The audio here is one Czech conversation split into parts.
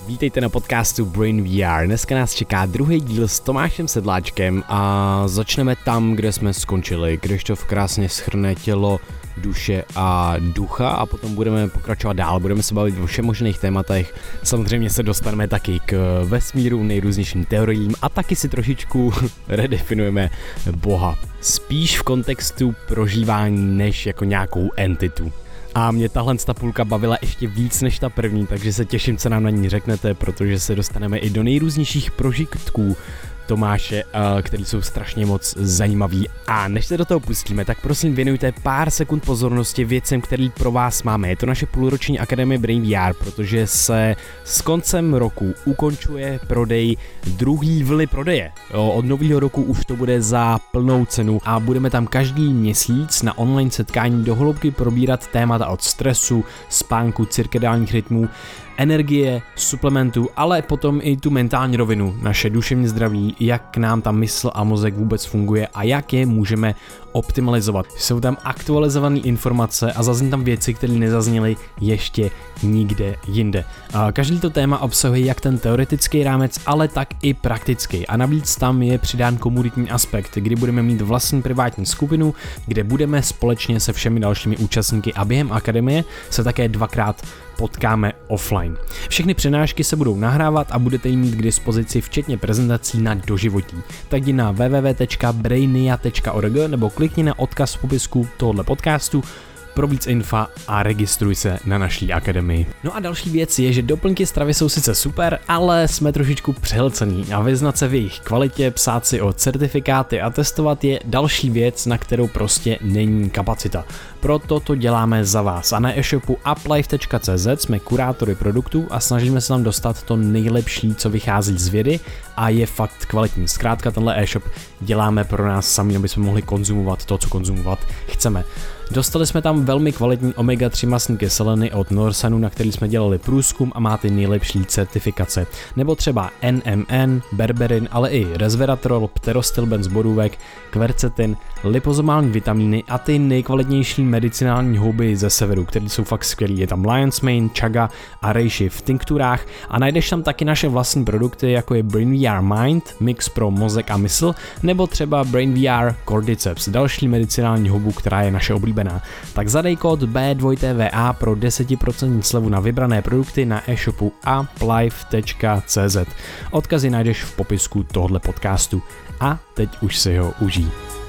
Vítejte na podcastu Brain VR. Dneska nás čeká druhý díl s Tomášem Sedláčkem a začneme tam, kde jsme skončili. Krištof krásně shrne tělo, duše a ducha a potom budeme pokračovat dál. Budeme se bavit o všemožných tématech. Samozřejmě se dostaneme taky k vesmíru, nejrůznějším teoriím a taky si trošičku redefinujeme Boha. Spíš v kontextu prožívání než jako nějakou entitu. A mě tahle půlka bavila ještě víc než ta první, takže se těším, co nám na ní řeknete, protože se dostaneme i do nejrůznějších prožitků Tomáše, který jsou strašně moc zajímavý. A než se do toho pustíme, tak prosím věnujte pár sekund pozornosti věcem, který pro vás máme. Je to naše půlroční akademie Brain VR, protože se s koncem roku ukončuje prodej druhý vlny prodeje. Od nového roku už to bude za plnou cenu a budeme tam každý měsíc na online setkání do hloubky probírat témata od stresu, spánku, cirkadiálních rytmů, energie, suplementů, ale potom i tu mentální rovinu, naše duševní zdraví, jak nám ta mysl a mozek vůbec funguje a jak je můžeme optimalizovat. Jsou tam aktualizované informace a zazní tam věci, které nezazněly ještě nikde jinde. Každý to téma obsahuje jak ten teoretický rámec, ale tak i praktický. A navíc tam je přidán komunitní aspekt, kdy budeme mít vlastní privátní skupinu, kde budeme společně se všemi dalšími účastníky a během akademie se také dvakrát potkáme offline. Všechny přednášky se budou nahrávat a budete ji mít k dispozici včetně prezentací na doživotí. Tak jdi na www.brainia.org nebo klikni na odkaz v popisku tohoto podcastu pro víc infa a registruj se na naší akademii. No a další věc je, že doplňky stravy jsou sice super, ale jsme trošičku přehlcený a vyznat se v jejich kvalitě, psát si o certifikáty a testovat je další věc, na kterou prostě není kapacita. Proto to děláme za vás a na e-shopu uplife.cz jsme kurátory produktů a snažíme se tam dostat to nejlepší, co vychází z vědy a je fakt kvalitní. Zkrátka tenhle e-shop děláme pro nás sami, aby jsme mohli konzumovat to, co konzumovat chceme. Dostali jsme tam velmi kvalitní omega-3 mastní kyseliny od Norsanu, na který jsme dělali průzkum a má ty nejlepší certifikace. Nebo třeba NMN, berberin, ale i resveratrol, pterostilben z borůvek, kvercetin, lipozomální vitamíny a ty nejkvalitnější medicinální houby ze severu, které jsou fakt skvělý. Je tam Lion's Mane, Chaga a Reishi v tinkturách a najdeš tam taky naše vlastní produkty, jako je Brain VR Mind, mix pro mozek a mysl, nebo třeba Brain VR Cordyceps, další medicinální houbu, která je naše oblíbená. Tak zadej kód B2TVA pro 10% slevu na vybrané produkty na e-shopu uplife.cz. Odkazy najdeš v popisku tohoto podcastu. A teď už si ho užij.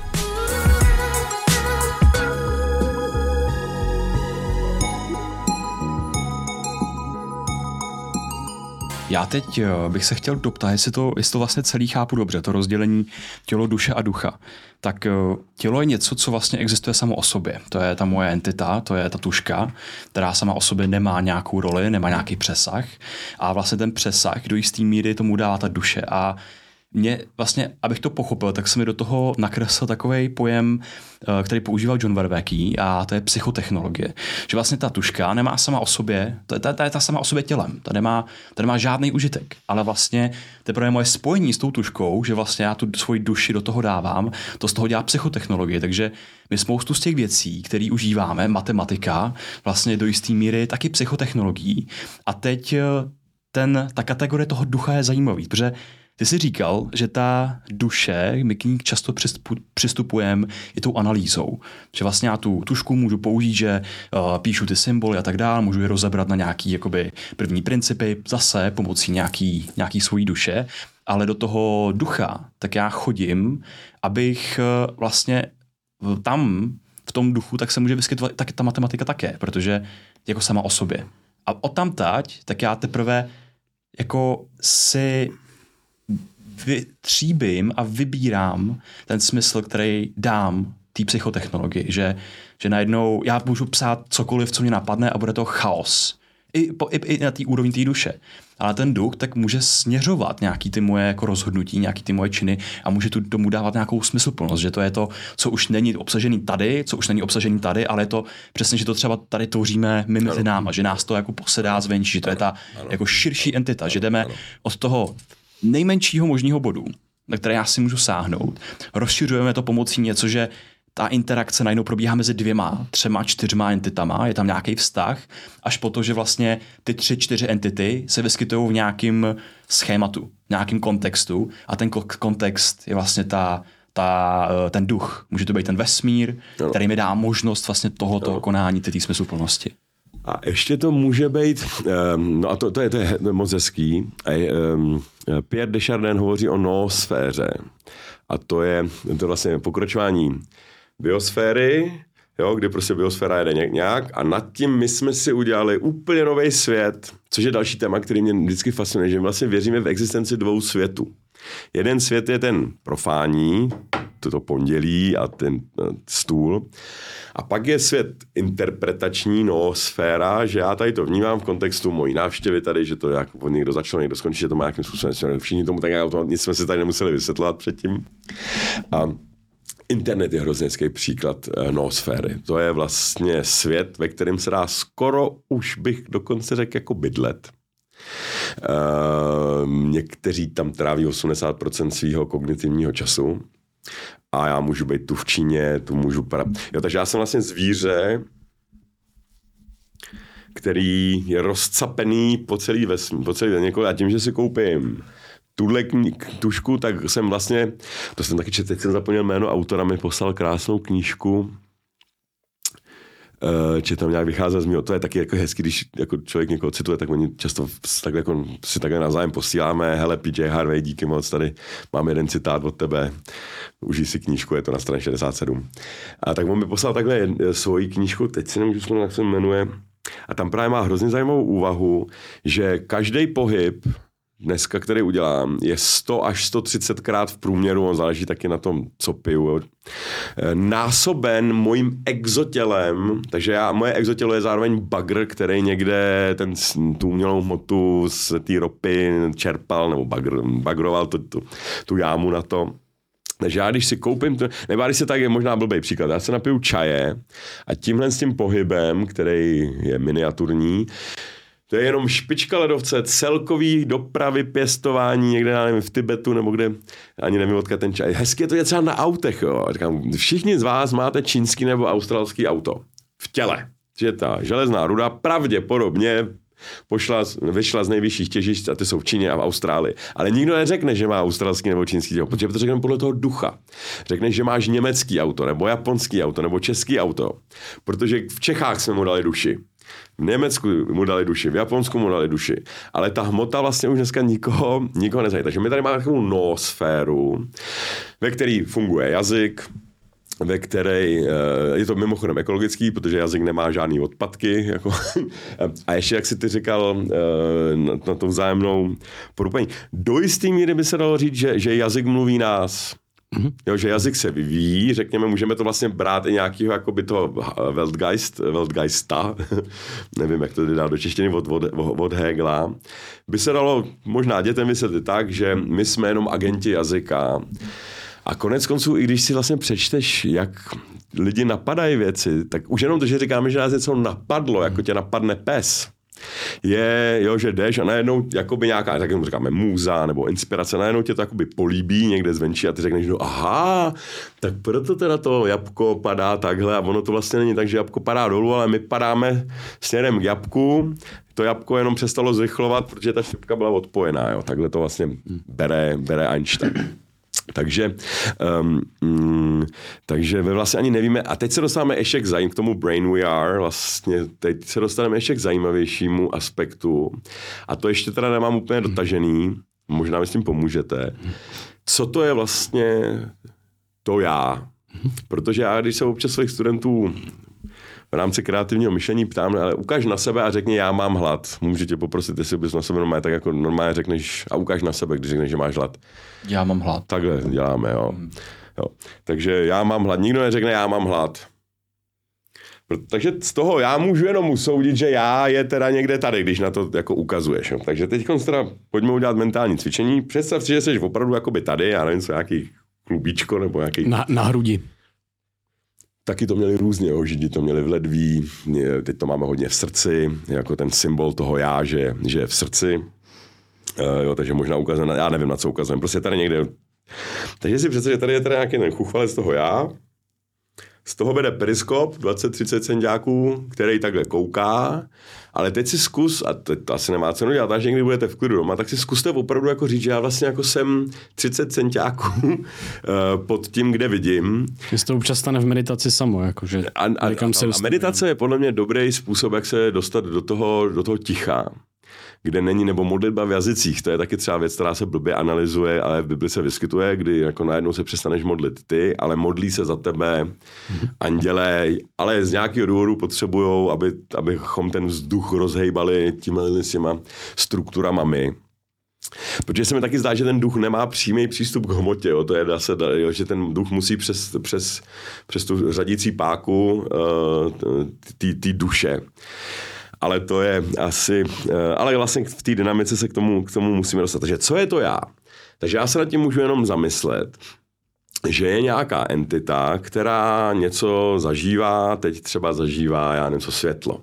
Já teď bych se chtěl doptat, jestli to vlastně celý chápu dobře, to rozdělení tělo, duše a ducha. Tak tělo je něco, co vlastně existuje samo o sobě. To je ta moje entita, to je ta tuška, která sama o sobě nemá nějakou roli, nemá nějaký přesah. A vlastně ten přesah do jistý míry tomu dává ta duše. A mě vlastně, abych to pochopil, tak se mi do toho nakreslil takovej pojem, který používal John Vervaeke, a to je psychotechnologie. Že vlastně ta tuška nemá sama o sobě, ta je ta sama o sobě tělem, ta nemá žádný užitek, ale vlastně teprve moje spojení s tou tuškou, že vlastně já tu svoji duši do toho dávám, to z toho dělá psychotechnologie, takže my spoustu z těch věcí, které užíváme, matematika, vlastně do jisté míry taky psychotechnologií. A teď ta kategorie toho ducha je zajímavý, protože ty jsi říkal, že ta duše, my k ní často přistupujeme i tou analýzou. Že vlastně já tu tušku můžu použít, že píšu ty symboly a tak dále, můžu je rozebrat na nějaký jakoby první principy, zase pomocí nějaký svojí duše, ale do toho ducha, tak já chodím, abych vlastně tam v tom duchu, tak se může vyskytovat tak ta matematika také, protože jako sama o sobě. A odtamtať, tak já teprve jako si vytříbím a vybírám ten smysl, který dám té psychotechnologii, že najednou já můžu psát cokoliv, co mě napadne a bude to chaos. I na té úrovni té duše. Ale ten duch tak může směřovat nějaký ty moje jako rozhodnutí, nějaký ty moje činy a může tomu dávat nějakou smysluplnost, že to je to, co už není obsažený tady, ale je to přesně, že to třeba tady tvoříme my mezi náma, že nás to jako posedá zvenčí, že to je ta jako širší entita, že jdeme od toho nejmenšího možného bodu, na které já si můžu sáhnout, rozšiřujeme to pomocí něco, že ta interakce najednou probíhá mezi 2, 3, 4 entitama, je tam nějaký vztah, až po to, že vlastně ty 3, 4 entity se vyskytují v nějakém schématu, v nějakém kontextu a ten kontext je vlastně ten duch. Může to být ten vesmír, který mi dá možnost vlastně tohoto konání, té smysluplnosti. A ještě to může být, no a to je moc hezký. Pierre Desjardins hovoří o noosféře. A to je vlastně pokračování biosféry, jo, kdy prostě biosféra jede nějak a nad tím my jsme si udělali úplně nový svět, což je další téma, který mě vždycky fascinuje, že vlastně věříme v existenci 2 světů. Jeden svět je ten profání, toto pondělí a ten stůl. A pak je svět interpretační, noosféra, že já tady to vnímám v kontextu mojí návštěvy tady, že to jako někdo začal, někdo skončí, že to má nějakým způsobem. Všichni tomu tak nic jsme si tady nemuseli vysvětlovat předtím. A internet je hrozně hezký příklad noosféry. To je vlastně svět, ve kterém se dá skoro, už bych dokonce řekl, jako bydlet. Někteří tam tráví 80% svého kognitivního času a já můžu být tu v Číně, tu můžu takže já jsem vlastně zvíře, který je rozcapený po celý vesmír. A tím, že si koupím tuhle tušku, tak jsem vlastně, to jsem taky četl, teď jsem zapomněl jméno autora, mi poslal krásnou knížku, že tam nějak vychází z mého. To je taky jako hezký, když jako člověk někoho cituje, tak oni často takhle, jako, si takhle navzájem posíláme, hele PJ Harvey, díky moc, tady mám jeden citát od tebe, užij si knížku, je to na straně 67. A tak on mi poslal takhle svoji knížku, teď si nemůžu vzpomenout, jak se jmenuje, a tam právě má hrozně zajímavou úvahu, že každý pohyb dneska, který udělám, je 100 až 130 krát v průměru, on záleží taky na tom, co piju, násoben mojím exotělem, takže moje exotělo je zároveň bagr, který někde tu umělou hmotu z té ropy čerpal, nebo bagroval tu jámu na to. Takže já, když si koupím, nebo když se tak je možná blbej příklad, já se napiju čaje a tímhle s tím pohybem, který je miniaturní, to je jenom špička ledovce, celkový dopravy, pěstování někde, já nevím, v Tibetu nebo kde, ani nevím, odkud ten čaj. Hezky je to třeba na autech, jo. Říkám, všichni z vás máte čínský nebo australský auto v těle. Že ta železná ruda pravděpodobně vyšla z nejvyšších těžišť a ty jsou v Číně a v Austrálii. Ale nikdo neřekne, že má australský nebo čínský auto, protože to řekneme podle toho ducha. Řekneš, že máš německý auto, nebo japonský auto, nebo český auto. Protože v Čechách jsme mu dali duši. V Německu mu dali duši, v Japonsku mu dali duši. Ale ta hmota vlastně už dneska nikoho nezajímá. Takže my tady máme takovou noosféru, ve který funguje jazyk, ve které je to mimochodem ekologický, protože jazyk nemá žádný odpadky. Jako. A ještě, jak jsi ty říkal, na to vzájemnou porupení. Do jistý míry by se dalo říct, že jazyk mluví nás. Jo, že jazyk se vyvíjí, řekněme, můžeme to vlastně brát i nějakého jakoby toho Weltgeista, nevím, jak to dá do češtiny od Hegela, by se dalo možná dětem vysvětlit tak, že my jsme jenom agenti jazyka. A konec konců, i když si vlastně přečteš, jak lidi napadají věci, tak už jenom to, že říkáme, že nás něco napadlo, jako tě napadne pes, je, jo, že jdeš a najednou jakoby nějaká, tak říkáme můza nebo inspirace, najednou tě to jakoby políbí někde zvenčí a ty řekneš, no aha, tak proto teda to jabko padá takhle a ono to vlastně není tak, že jabko padá dolů, ale my padáme směrem k jabku, to jabko jenom přestalo zrychlovat, protože ta šipka byla odpojená, jo, takhle to vlastně bere Einstein. Takže my vlastně ani nevíme. A teď se dostáváme ještě k tomu Brain We Are, vlastně teď se dostaneme ještě k zajímavějšímu aspektu. A to ještě teda nemám úplně dotažený, možná mi s tím pomůžete. Co to je vlastně to já? Protože já, když se občas svých studentů v rámci kreativního myšlení ptám, ale ukaž na sebe a řekni, já mám hlad. Můžu tě poprosit, jestli bys na sebe normálně, tak jako normálně řekneš a ukaž na sebe, když řekneš, že máš hlad. Já mám hlad. Takhle děláme, jo. Takže já mám hlad. Nikdo neřekne, já mám hlad. Takže z toho já můžu jenom usoudit, že já je teda někde tady, když na to jako ukazuješ. Jo. Takže teď teda pojďme udělat mentální cvičení. Představ si, že jsi opravdu jakoby tady, já nevím, co nějaký klubíčko nebo nějaký... Na hrudi. Taky to měli různě, jo. Židi to měli v ledví, teď to máme hodně v srdci, jako ten symbol toho já, že je v srdci. Jo, takže možná ukazujeme, já nevím, na co ukazujeme, prostě tady někde. Takže si představ, že tady je tady nějaký ten chuchvalec toho já z toho vede periskop 20-30 centiáků, který takhle kouká, ale teď si zkus, a to asi nemá cenu dělat, až někdy budete v klidu doma, tak si zkuste opravdu jako říct, že já vlastně jako jsem 30 centiáků pod tím, kde vidím. Že to občas stane v meditaci samo, jakože a meditace je podle mě dobrý způsob, jak se dostat do toho ticha, kde není, nebo modlitba v jazycích, to je taky třeba věc, která se blbě analyzuje, ale v Bibli se vyskytuje, kdy jako najednou se přestaneš modlit ty, ale modlí se za tebe andělé, ale z nějakého důvodu potřebujou, abychom ten vzduch rozhejbali těma strukturama my. Protože se mi taky zdá, že ten duch nemá přímý přístup k hmotě, jo. To je že ten duch musí přes tu řadící páku té duše. Ale to je asi, ale vlastně v té dynamice se k tomu musíme dostat. Takže co je to já? Takže já se nad tím můžu jenom zamyslet, že je nějaká entita, která něco zažívá, teď třeba zažívá, něco světlo.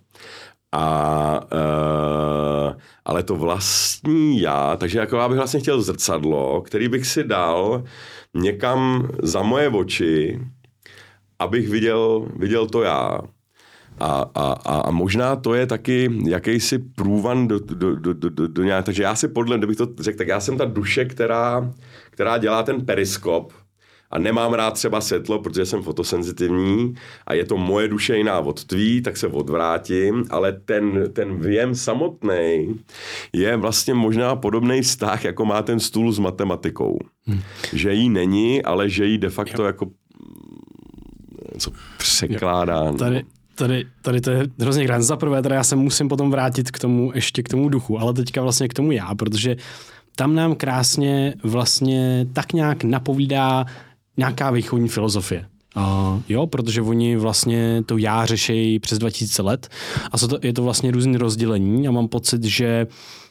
Ale to vlastní já, takže jako já bych vlastně chtěl zrcadlo, který bych si dal někam za moje oči, abych viděl to já. A možná to je taky jakýsi průvan do nějak, takže já si kdybych to řekl, tak já jsem ta duše, která dělá ten periskop a nemám rád třeba světlo, protože jsem fotosenzitivní a je to moje duše jiná od tvý, tak se odvrátím, ale ten věm samotný je vlastně možná podobný vztah, jako má ten stůl s matematikou. Že jí není, ale že jí de facto jako něco překládá. Tady to je hrozně krásné. Za prvé, teda já se musím potom vrátit ještě k tomu duchu, ale teďka vlastně k tomu já, protože tam nám krásně vlastně tak nějak napovídá nějaká východní filozofie. Jo, protože oni vlastně to já řešejí přes 2000 let a je to vlastně různý rozdělení a mám pocit, že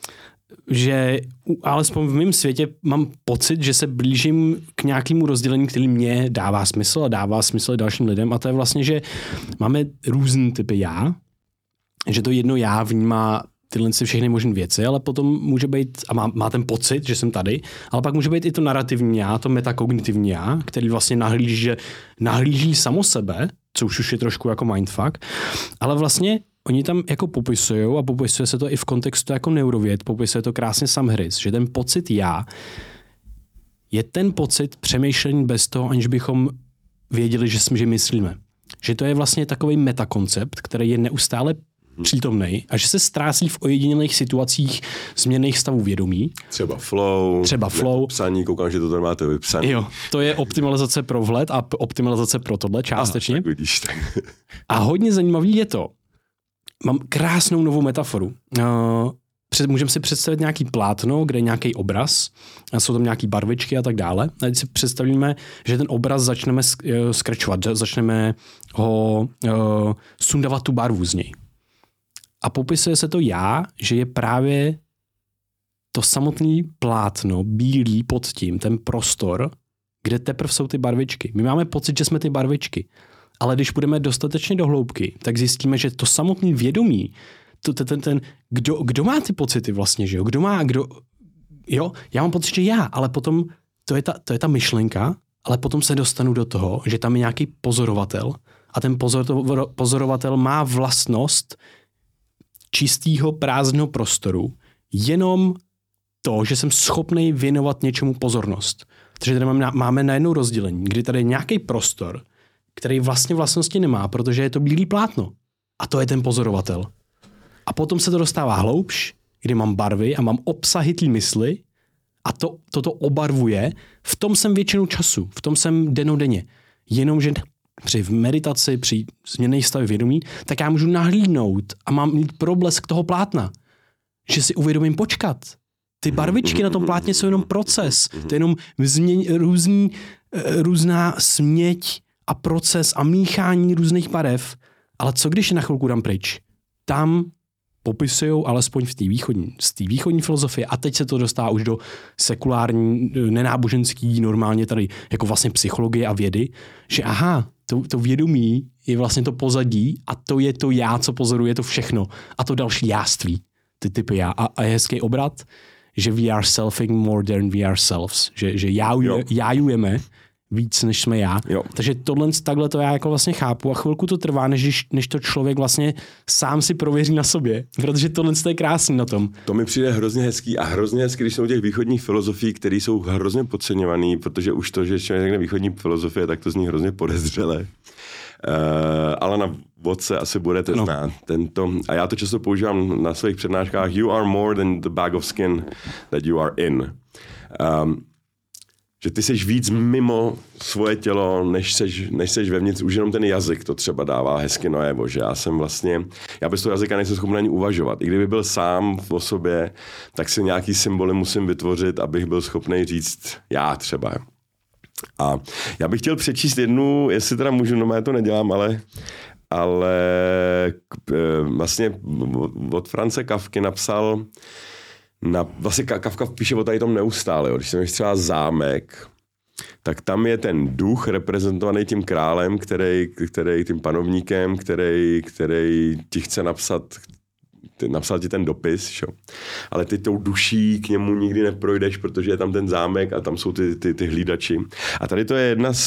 alespoň v mém světě mám pocit, že se blížím k nějakému rozdělení, který mě dává smysl a dává smysl i dalším lidem a to je vlastně, že máme různý typy já, že to jedno já vnímá tyhle všechny možné věci, ale potom může být, a má ten pocit, že jsem tady, ale pak může být i to narrativní já, to metakognitivní já, který vlastně nahlíží samo sebe, což už je trošku jako mindfuck, ale vlastně oni tam jako popisujou a popisuje se to i v kontextu jako neurověd, popisuje to krásně Sam Harris, že ten pocit já je ten pocit přemýšlení bez toho, aniž bychom věděli, že myslíme. Že to je vlastně takový metakoncept, který je neustále přítomnej a že se ztrácí v ojedinělých situacích změnných stavů vědomí. Třeba flow. Psaní, koukám, že to tady máte vypsané. Jo, to je optimalizace pro vhled a optimalizace pro tohle částečně. Tak vidíš, tak. A hodně zajímavý je to. Mám krásnou novou metaforu. Můžeme si představit nějaký plátno, kde je nějaký obraz, a jsou tam nějaký barvičky a tak dále. A teď si představíme, že ten obraz začneme skrčovat, začneme ho sundavat tu barvu z něj. A popisuje se to já, že je právě to samotné plátno, bílý pod tím, ten prostor, kde teprve jsou ty barvičky. My máme pocit, že jsme ty barvičky, ale když půjdeme dostatečně do hloubky, tak zjistíme, že to samotné vědomí, kdo má ty pocity vlastně, že jo? Jo, já mám pocit, že já, ale potom to je ta myšlenka, ale potom se dostanu do toho, že tam je nějaký pozorovatel a ten pozorovatel má vlastnost čistého prázdného prostoru, jenom to, že jsem schopný věnovat něčemu pozornost. Takže tady máme najednou rozdělení, kdy tady je nějaký prostor, který vlastně vlastnosti nemá, protože je to bílý plátno. A to je ten pozorovatel. A potom se to dostává hloubš, kdy mám barvy a mám obsahy té mysli a toto obarvuje. V tom jsem většinu času, v tom jsem dennodenně. Jenomže při meditaci, při změnných stavech vědomí, tak já můžu nahlídnout a mám mít problesk toho plátna. Že si uvědomím počkat. Ty barvičky na tom plátně jsou jenom proces. To je jenom různá směť a proces a míchání různých barev. Ale co když je na chvilku dám pryč? Tam popisujou alespoň z té východní filozofie a teď se to dostává už do sekulární, nenáboženský, normálně tady jako vlastně psychologie a vědy, že aha, to vědomí je vlastně to pozadí a to je to já, co pozoruje to všechno a to další jáství, ty typy já. A je hezký obrat, že we are selfing more than we are selves, že jájujeme víc, než jsme já. Jo. Takže takhle to já jako vlastně chápu a chvilku to trvá, než to člověk vlastně sám si prověří na sobě, protože tohle je krásný na tom. To mi přijde hrozně hezký a hrozně hezký, když jsou těch východních filozofií, které jsou hrozně podceňované, protože už to, že člověk řekne východní filozofie, tak to zní hrozně podezřele. Alana Watse asi budete znát. A já to často používám na svých přednáškách. You are more than the bag of skin that you are in. Že ty seš víc mimo svoje tělo, než seš vevnitř. Už jenom ten jazyk to třeba dává hezky najevo, že já bez toho jazyka nejsem schopný ani uvažovat. I kdyby byl sám o sobě, tak si nějaký symboly musím vytvořit, abych byl schopný říct já třeba. A já bych chtěl přečíst jednu, jestli teda můžu, no já to nedělám, ale vlastně od France Kafky napsal, vlastně Kafka píše o tady tom neustále, jo. Když jsem třeba zámek, tak tam je ten duch reprezentovaný tím králem, který tím panovníkem, který ti chce napsal ti ten dopis, šo? Ale ty tou duší k němu nikdy neprojdeš, protože je tam ten zámek a tam jsou ty hlídači. A tady to je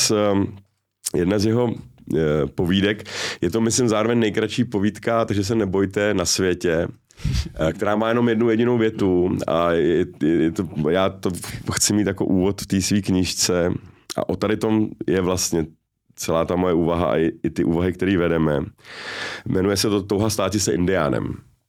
jedna z jeho povídek. Je to, myslím, zároveň nejkratší povídka, takže se nebojte, na světě, která má jenom jednu jedinou větu a já to chci mít jako úvod v té své knížce a o tady tom je vlastně celá ta moje úvaha a i ty úvahy, které vedeme. Jmenuje se to Touha státi se indiánem.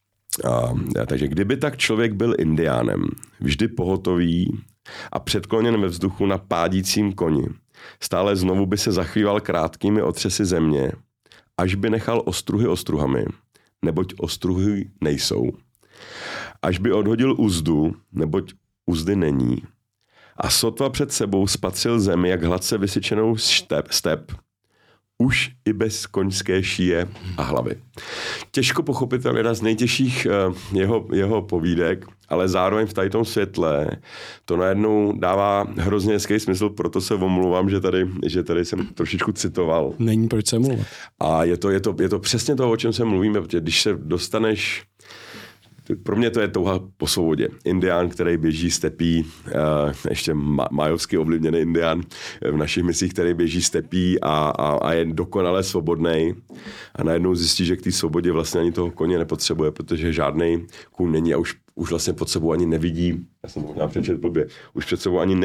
Takže kdyby tak člověk byl indiánem, vždy pohotový a předkloněn ve vzduchu na pádícím koni, stále znovu by se zachvíval krátkými otřesy země, až by nechal ostruhy ostruhami, neboť ostruhy nejsou. Až by odhodil uzdu, neboť uzdy není. A sotva před sebou spatřil zemi, jak hladce vysyčenou step, už i bez koňské šíje a hlavy. Těžko pochopitelně, jedna z nejtěžších jeho povídek, ale zároveň v tady tom světle to najednou dává hrozně hezký smysl, proto se omlouvám, že tady jsem trošičku citoval. Není proč se mluvit. A je to přesně to, o čem se mluvíme, protože když se dostaneš, pro mě to je touha po svobodě. Indián, který běží stepí, ještě majovsky ovlivněný indián v našich misích, který běží stepí a je dokonale svobodný. A najednou zjistí, že k té svobodě vlastně ani toho koně nepotřebuje, protože žádný kůň není a už vlastně pod sebou ani nevidí. Já jsem možná přečet blbě. Už před sebou ani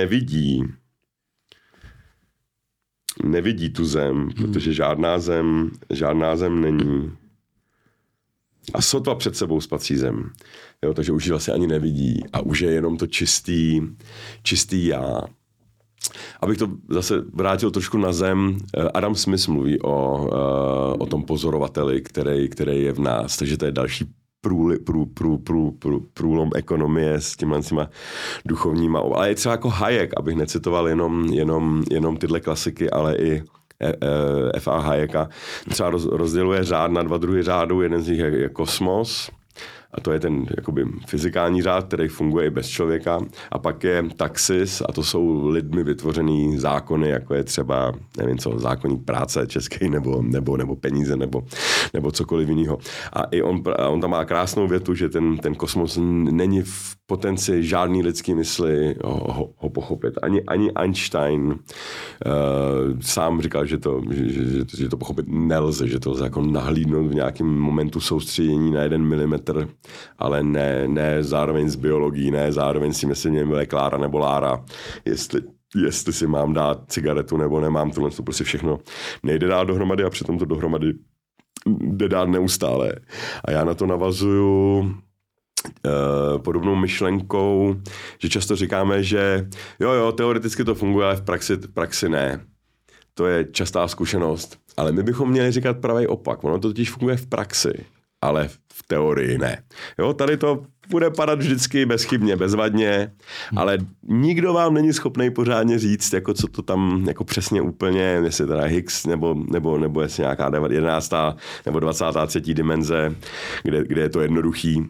nevidí tu zem, protože žádná zem není. A sotva před sebou spatří zem. Jo, takže už ji vlastně ani nevidí a už je jenom to čistý já. Abych to zase vrátil trošku na zem, Adam Smith mluví o tom pozorovateli, který je v nás, takže to je další průlom ekonomie s těma duchovníma. Ale je třeba jako Hayek, abych necitoval jenom tyhle klasiky, ale i F.A. Hayeka třeba rozděluje řád na dva druhy řádů. Jeden z nich je kosmos, a to je ten jakoby fyzikální řád, který funguje i bez člověka. A pak je taxis, a to jsou lidmi vytvořený zákony, jako je třeba, nevím co, zákoník práce český, nebo peníze, nebo cokoliv jiného. A i on tam má krásnou větu, že ten kosmos není v potenci žádný lidský mysli ho pochopit. Ani Einstein sám říkal, že to pochopit nelze, že to lze jako nahlídnout v nějakém momentu soustředění na 1 milimetr, ale ne zároveň s biologií, ne zároveň si myslím, že je Klára nebo Lára, jestli si mám dát cigaretu nebo nemám, tohle to prostě všechno nejde dát dohromady a přitom to dohromady jde dát neustále. A já na to navazuju podobnou myšlenkou, že často říkáme, že jo, teoreticky to funguje, ale v praxi ne. To je častá zkušenost. Ale my bychom měli říkat pravý opak. Ono to totiž funguje v praxi, ale v teorii ne. Jo, tady to bude padat vždycky bezchybně, bezvadně, ale nikdo vám není schopný pořádně říct, jako co to tam jako přesně úplně, jestli teda Higgs nebo jestli nějaká 11. nebo 23. dimenze, kde je to jednoduchý.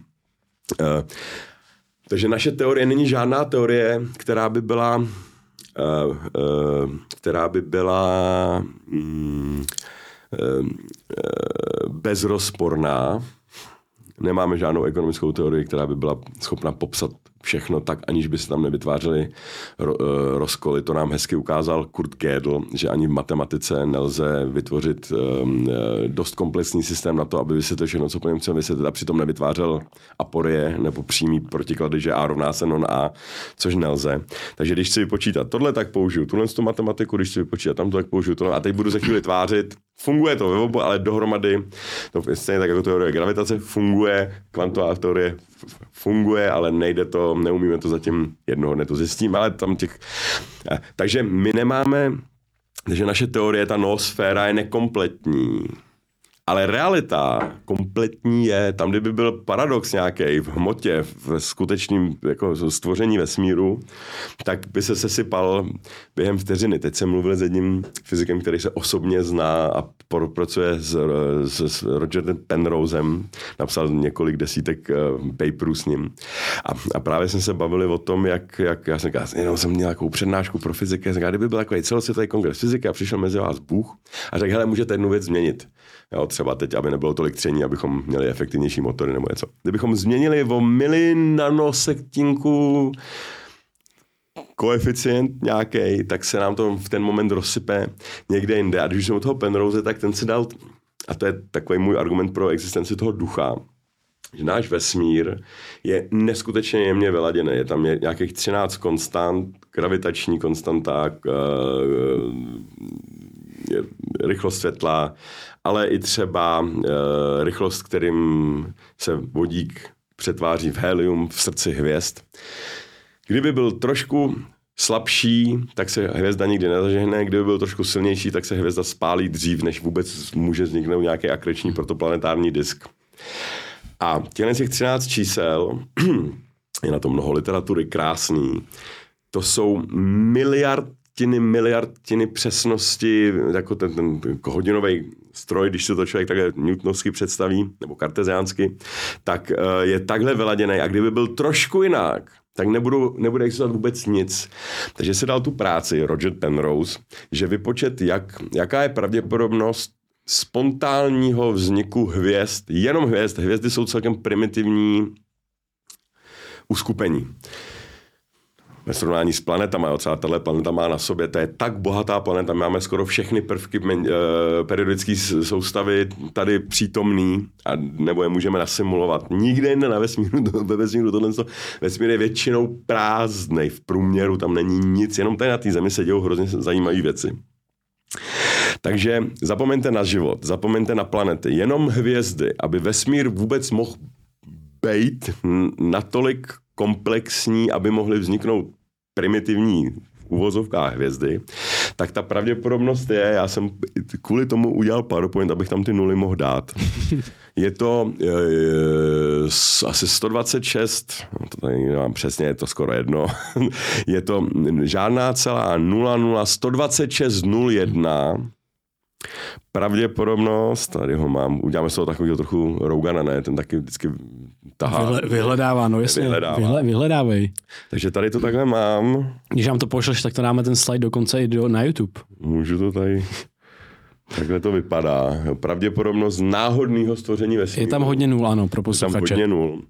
Takže naše teorie není žádná teorie, která by byla bezrozporná. Nemáme žádnou ekonomickou teorii, která by byla schopna popsat všechno tak, aniž by se tam nevytvářely rozkoly. To nám hezky ukázal Kurt Gödel, že ani v matematice nelze vytvořit dost komplexní systém na to, aby vysvětlil všechno, co po něm chceme vysvětlit, a přitom nevytvářel aporie nebo přímý protiklady, že A rovná se non A, což nelze. Takže když chci vypočítat tohle, tak použiju tuhle matematiku, když chci vypočítat tamto, tak použiju tohle, a teď budu za chvíli tvářit. Funguje to ve obu, ale dohromady, to stejně tak jako teorie gravitace funguje, kvantová teorie funguje, ale nejde to, neumíme to zatím, jednoho dne to zjistím, ale tam těch... Takže my nemáme, že naše teorie, ta noosféra je nekompletní. Ale realita kompletní je, tam kdyby byl paradox nějaký v hmotě, v skutečném jako stvoření vesmíru, tak by se sesypal během vteřiny. Teď jsem mluvil s jedním fyzikem, který se osobně zná a pracuje s Rogerem Penrosem, napsal několik desítek paperů s ním. A právě jsme se bavili o tom, jak já jsem měl nějakou přednášku pro fyziky, já jsem kdyby byl takový celosvětový kongres fyziky a přišel mezi vás Bůh a řekl, hele, můžete jednu věc změnit. Jo, třeba teď, aby nebylo tolik tření, abychom měli efektivnější motory nebo něco. Kdybychom změnili o milinanosectinku koeficient nějaký, tak se nám to v ten moment rozsype někde jinde. A když jsem u toho Penrose, tak ten si dal, a to je takový můj argument pro existenci toho ducha, že náš vesmír je neskutečně jemně vyladěný. Je tam nějakých 13 konstant, gravitační konstanta, rychlost světla, ale i třeba rychlost, kterým se vodík přetváří v helium v srdci hvězd. Kdyby byl trošku slabší, tak se hvězda nikdy nezažehne, kdyby byl trošku silnější, tak se hvězda spálí dřív, než vůbec může vzniknout nějaký akreční protoplanetární disk. A těch 13 čísel, je na to mnoho literatury, krásný, to jsou miliardiny přesnosti, jako ten hodinový stroj, když se to člověk takhle newtonovsky představí, nebo karteziánsky, tak je takhle vyladěný. A kdyby byl trošku jinak, tak nebude existovat vůbec nic. Takže se dal tu práci Roger Penrose, že vypočet, jaká je pravděpodobnost spontánního vzniku hvězd, jenom hvězd. Hvězdy jsou celkem primitivní uskupení. Ve srovnání s planetama, třeba tahle planeta má na sobě, to je tak bohatá planeta, máme skoro všechny prvky periodické soustavy tady přítomný, nebo je můžeme nasimulovat. Nikde jinde ve vesmíru tohle vesmír je většinou prázdnej, v průměru tam není nic, jenom tady na té Zemi se dějou hrozně zajímavé věci. Takže zapomeňte na život, zapomeňte na planety, jenom hvězdy, aby vesmír vůbec mohl být natolik komplexní, aby mohly vzniknout primitivní v uvozovkách hvězdy, tak ta pravděpodobnost je, já jsem kvůli tomu udělal PowerPoint, abych tam ty nuly mohl dát. Je to asi 126, to tady nemám přesně, je to skoro jedno, je to žádná celá 0,126,01. Pravděpodobnost, tady ho mám, uděláme z toho takového trochu Rogana, ne, ten taky vždycky tahá. Vyhledává, no jasně, vyhledávej. Takže tady to takhle mám. Když nám to pošleš, tak to dáme ten slide dokonce i na YouTube. Můžu to tady, takhle to vypadá. Pravděpodobnost náhodného stvoření vesmíru. Je tam hodně nul, ano, pro posluchače. Je tam hodně nul.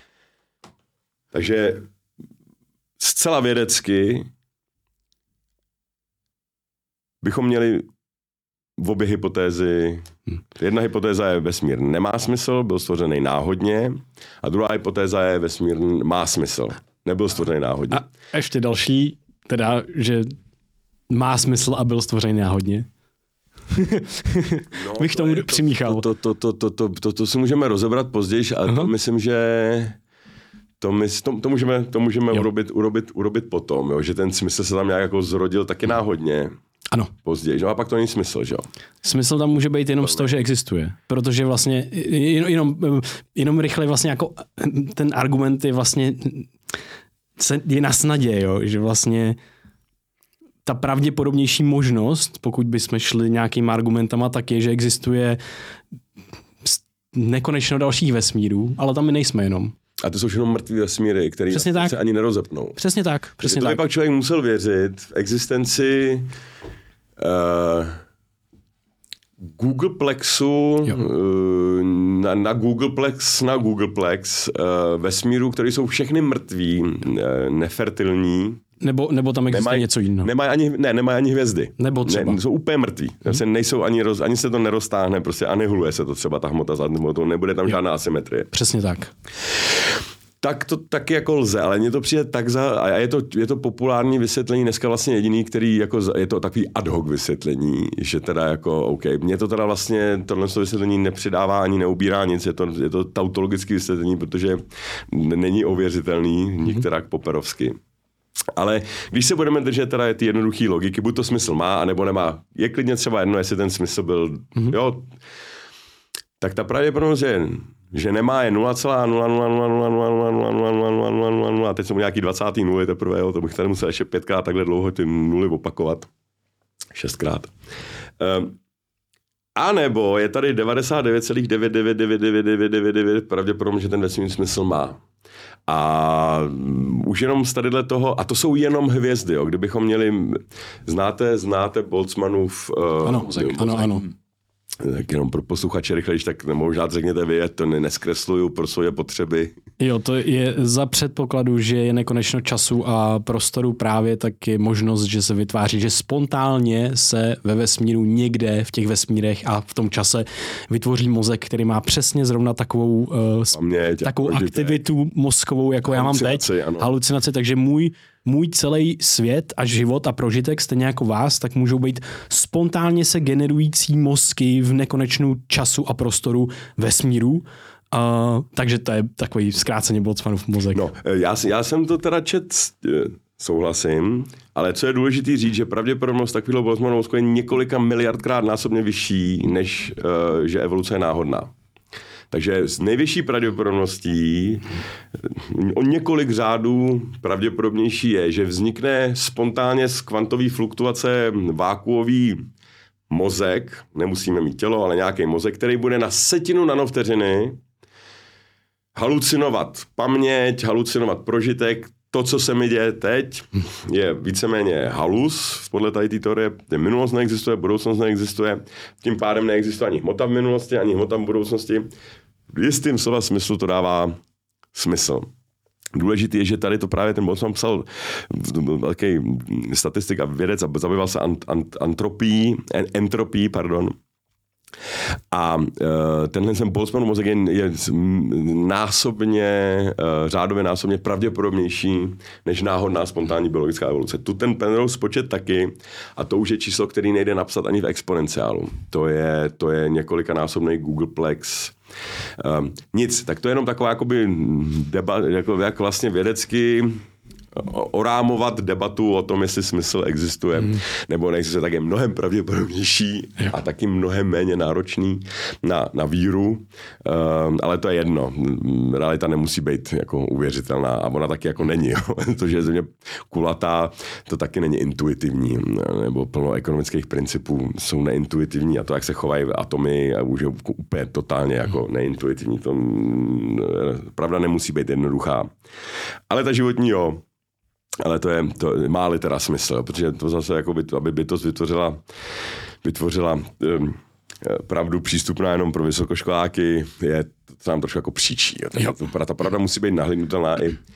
Takže zcela vědecky bychom měli obě hypotézy. Jedna hypotéza je vesmír nemá smysl, byl stvořený náhodně, a druhá hypotéza je vesmír má smysl, nebyl stvořený náhodně. A ještě další, teda, že má smysl a byl stvořený náhodně. No, bych tomu přimíchal. To si můžeme rozebrat později, ale to myslím, že to můžeme urobit potom, jo? Že ten smysl se tam nějak jako zrodil taky náhodně. Ano. Později, no a pak to není smysl, že jo? Smysl tam může být jenom z toho, že existuje. Protože vlastně jenom rychle vlastně jako ten argument je vlastně je na snadě, jo? Že vlastně ta pravděpodobnější možnost, pokud bychom šli nějakýma argumentama, tak je, že existuje nekonečno dalších vesmírů, ale tam my nejsme jenom. A to jsou všechno mrtví vesmíry, které se ani nerozepnou. Přesně tak. Přesně to tak. by pak člověk musel věřit v existenci Googleplexu, na Googleplex vesmíru, které jsou všechny mrtví, nefertilní. Nebo tam existuje něco jiného. Nemají ani hvězdy. Nebo třeba. Jsou úplně mrtví. Nejsou ani se to neroztáhne, prostě anihiluje se to třeba ta hmota za hmotou, nebude tam žádná asymetrie. Přesně tak. Tak to taky jako lze, ale mně to přijde tak a je to populární vysvětlení, dneska vlastně jediný, který jako, je to takový ad hoc vysvětlení, že teda jako OK, mně to teda vlastně tohle vysvětlení nepřidává ani neubírá nic, je to tautologické vysvětlení, protože není ověřitelný nikterak poperovsky. Ale když se budeme držet teda ty jednoduché logiky, buď to smysl má, anebo nemá, je klidně třeba jedno, jestli ten smysl byl, jo, tak ta pravděpodobnost je, že nemá je 0,000000000. Teď jsou nějaký 20. nuly teprve, jo, to bych tady musel ještě 5krát takhle dlouho ty nuly opakovat. 6krát. A nebo je tady 99,9999999 pravděpodobně, že ten vesmírný smysl má. A už jenom z tadyhle toho, a to jsou jenom hvězdy, jo, kdybychom měli, znáte Boltzmannův Ano. Tak jenom pro posluchače rychle, když tak možná řekněte vy, to neskresluju pro svoje potřeby. Jo, to je za předpokladu, že je nekonečno času a prostoru právě taky možnost, že se vytváří, že spontánně se ve vesmíru někde v těch vesmírech a v tom čase vytvoří mozek, který má přesně zrovna takovou aktivitu mozkovou, jako já mám teď, halucinaci, takže můj celý svět a život a prožitek, stejně jako vás, tak můžou být spontánně se generující mozky v nekonečnou času a prostoru vesmíru. Takže to je takový zkráceně Boltzmannův mozek. No, já jsem to teda souhlasím, ale co je důležité říct, že pravděpodobnost takového Boltzmannova mozku je několika miliardkrát násobně vyšší, než že evoluce je náhodná. Takže s nejvyšší pravděpodobností o několik řádů pravděpodobnější je, že vznikne spontánně z kvantové fluktuace vákuový mozek, nemusíme mít tělo, ale nějaký mozek, který bude na 1/10 nanovteřiny halucinovat paměť, halucinovat prožitek. To, co se mi děje teď, je víceméně halus, podle tady té teorie, minulost neexistuje, budoucnost neexistuje, tím pádem neexistuje ani hmota v minulosti, ani hmota v budoucnosti. V jistým slova smyslu to dává smysl. Důležitý je, že tady to právě ten Boltzmann psal velký statistik a vědec a zabýval se entropií. A tenhle Boltzmannův mozek je řádově násobně pravděpodobnější než náhodná spontánní biologická evoluce. Tu ten Penrose spočet taky a to už je číslo, který nejde napsat ani v exponenciálu. To je několikanásobný Googleplex. Nic, tak to je jenom taková jakoby jak vlastně vědecky orámovat debatu o tom, jestli smysl existuje nebo neexistuje, tak je mnohem pravděpodobnější a taky mnohem méně náročný na víru, ale to je jedno. Realita nemusí být jako uvěřitelná a ona taky jako není. To, že je země kulatá, to taky není intuitivní, nebo plno ekonomických principů jsou neintuitivní a to, jak se chovají atomy, už je úplně totálně jako neintuitivní. To pravda nemusí být jednoduchá. Ale ta životní jo. Ale to má-li teda smysl, protože to zase, jako aby bytost vytvořila pravdu přístupná jenom pro vysokoškoláky, je to nám trošku jako příčí. Ta pravda musí být nahlédnutelná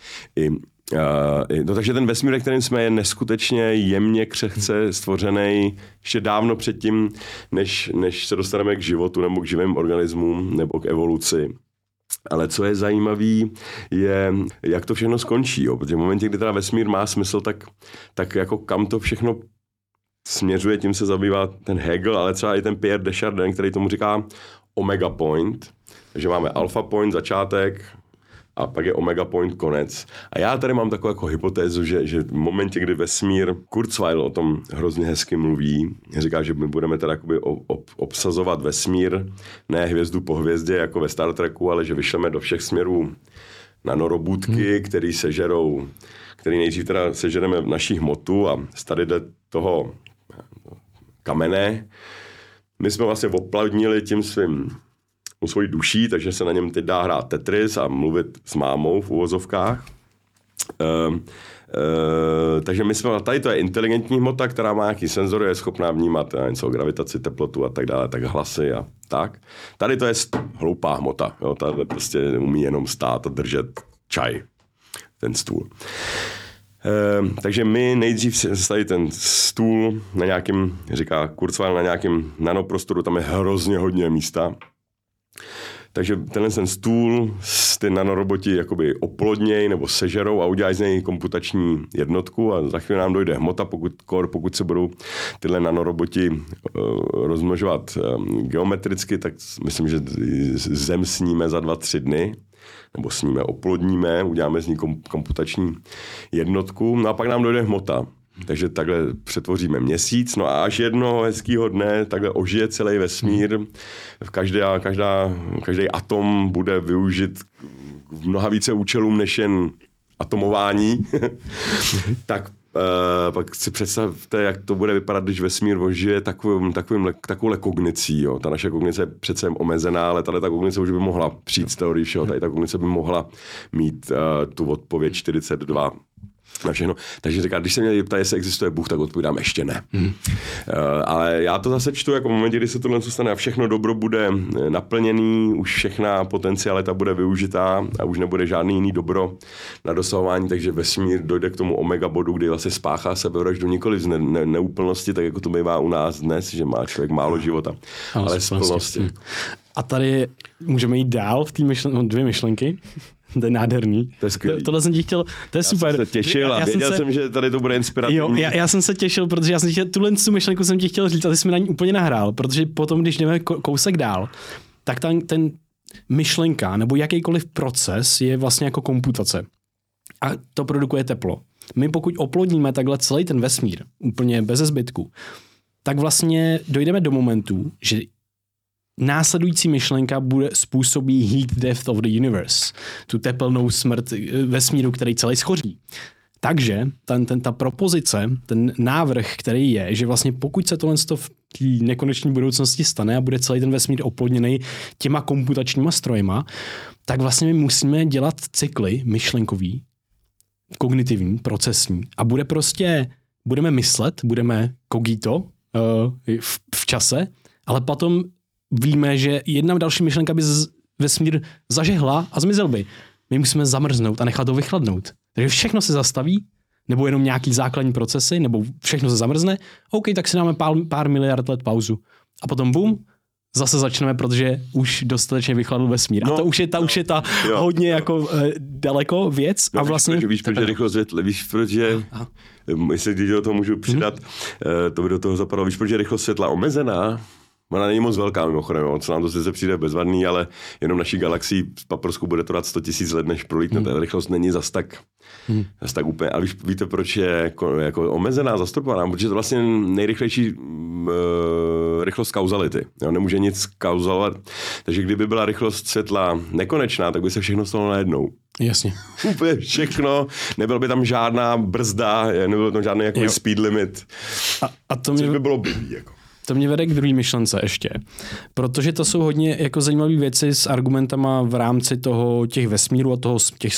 takže ten vesmír, kterým jsme, je neskutečně jemně křehce stvořený ještě dávno předtím, než se dostaneme k životu nebo k živým organismům nebo k evoluci. Ale co je zajímavý, je, jak to všechno skončí. Jo? Protože v momentě, kdy teda vesmír má smysl, tak jako kam to všechno směřuje, tím se zabývá ten Hegel, ale třeba i ten Pierre Desjardins, který tomu říká omega point. Takže máme alpha point, začátek, a pak je omega point, konec. A já tady mám takovou jako hypotézu, že v momentě, kdy vesmír, Kurzweil o tom hrozně hezky mluví, říká, že my budeme teda obsazovat vesmír, ne hvězdu po hvězdě, jako ve Star Treku, ale že vyšleme do všech směrů nanorobůtky, který nejdřív teda sežereme naší hmotu a z tady toho kamene. My jsme vlastně oplavnili tím svojí duší, takže se na něm teď dá hrát Tetris a mluvit s mámou v uvozovkách. Takže my jsme, tady to je inteligentní hmota, která má nějaký senzory, je schopná vnímat něco, gravitaci, teplotu a tak dále, tak hlasy a tak. Tady to je hloupá hmota, jo, tady prostě umí jenom stát a držet čaj, ten stůl. Takže my nejdřív stavíme ten stůl na nějakým, říká Kurzweil, na nějakým nanoprostoru, tam je hrozně hodně místa. Takže ten stůl ty nanoroboti jakoby oplodněj nebo sežerou a udělají z něj komputační jednotku a za chvíli nám dojde hmota, pokud se budou tyhle nanoroboti rozmnožovat geometricky, tak myslím, že Zem sníme za 2-3 dny, nebo sníme, oplodníme, uděláme z ní komputační jednotku, no a pak nám dojde hmota. Takže takhle přetvoříme Měsíc, no a až jednoho hezkýho dne takhle ožije celý vesmír. Každý atom bude využit v mnoha více účelům než jen atomování. Tak pak si představte, jak to bude vypadat, když vesmír ožije takovouhle kognicí. Jo. Ta naše kognice je přece omezená, ale ta kognice už by mohla přijít z teorii všeho. Tady ta kognice by mohla mít tu odpověď 42 na všechno. Takže říká, když se mě ptá, jestli existuje Bůh, tak odpovídám ještě ne. Ale já to zase čtu jako v momentě, kdy se tohle stane a všechno dobro bude naplněný, už všechna potencialita bude využitá a už nebude žádný jiný dobro na dosahování, takže vesmír dojde k tomu omega bodu, kdy vlastně spáchá sebevraždu nikoliv z neúplnosti, tak jako to bývá u nás dnes, že má člověk málo života, ale z plnosti. A tady můžeme jít dál v té dvě myšlenky. To je nádherný. To je skvělý. Tohle jsem ti chtěl, to je super. Já jsem se těšil a věděl jsem, že tady to bude inspirativní. Jo, já jsem se těšil, protože já jsem chtěl, tuhle myšlenku jsem ti chtěl říct a ty jsi mi na ní úplně nahrál, protože potom, když jdeme kousek dál, tak ten myšlenka nebo jakýkoliv proces je vlastně jako komputace. A to produkuje teplo. My pokud oplodníme takhle celý ten vesmír, úplně beze zbytku, tak vlastně dojdeme do momentu, že následující myšlenka bude způsobí heat death of the universe, tu tepelnou smrt vesmíru, který celý schoří. Takže ta propozice, ten návrh, který je, že vlastně pokud se tohle v té nekonečné budoucnosti stane a bude celý ten vesmír oplodněný těma komputačníma strojema, tak vlastně my musíme dělat cykly myšlenkový, kognitivní, procesní a budeme myslet, budeme cogito v čase, ale potom víme, že jedna další myšlenka by vesmír zažehla a zmizel by. My musíme zamrznout a nechat to vychladnout. Takže všechno se zastaví, nebo jenom nějaký základní procesy, nebo všechno se zamrzne. OK, tak si dáme pár miliard let pauzu. A potom bum, zase začneme, protože už dostatečně vychladl vesmír. A to už je ta hodně jako daleko věc. No, a vlastně... Víš, proč je rychlost světla? Víš, proč je... Jestli když do toho můžu přidat, to by do toho zapadlo. Víš, proč je rychlost světla omezená? Ona není moc velká mimochodem, co nám to sice přijde bezvadný, ale jenom naší galaxii z paprsku bude to dát 100 000 let, než prolítne. Ta rychlost není zas tak úplně. Ale víte, proč je jako omezená, zastropovaná? Protože to vlastně nejrychlejší rychlost kauzality. Jo? Nemůže nic kauzalovat. Takže kdyby byla rychlost světla nekonečná, tak by se všechno stalo najednou. Jasně. Úplně všechno. Nebyl by tam žádná brzda, nebyl tam žádný jako speed limit. A to což by bylo blbý. Jako. To mě vede k druhé myšlence ještě, protože to jsou hodně jako zajímavé věci s argumentama v rámci těch vesmírů a těch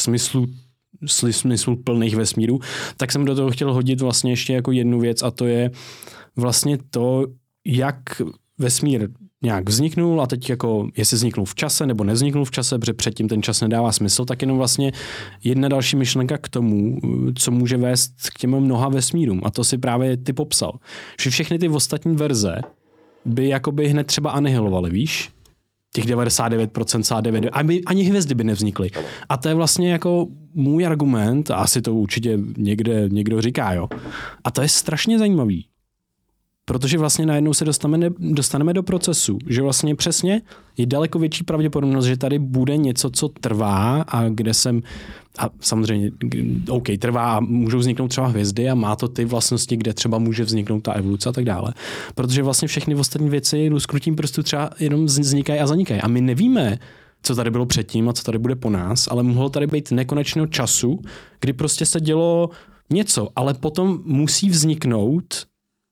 smyslů plných vesmírů, tak jsem do toho chtěl hodit vlastně ještě jako jednu věc a to je vlastně to, jak vesmír nějak vzniknul a teď jako jestli vzniknul v čase nebo nevzniknul v čase, protože předtím ten čas nedává smysl, tak jenom vlastně jedna další myšlenka k tomu, co může vést k těm mnoha vesmírům. A to si právě ty popsal. Že všechny ty ostatní verze by jakoby hned třeba anihilovaly, víš? Těch 99%, aby ani hvězdy by nevznikly. A to je vlastně jako můj argument, a asi to určitě někdo říká, jo. A to je strašně zajímavý. Protože vlastně najednou se dostaneme do procesu, že vlastně přesně je daleko větší pravděpodobnost, že tady bude něco, co trvá a a samozřejmě, OK, trvá a můžou vzniknout třeba hvězdy a má to ty vlastnosti, kde třeba může vzniknout ta evoluce a tak dále. Protože vlastně všechny ostatní věci lusknutím prstů třeba jenom vznikají a zanikají. A my nevíme, co tady bylo předtím a co tady bude po nás, ale mohlo tady být nekonečného času, kdy prostě se dělo něco, ale potom musí vzniknout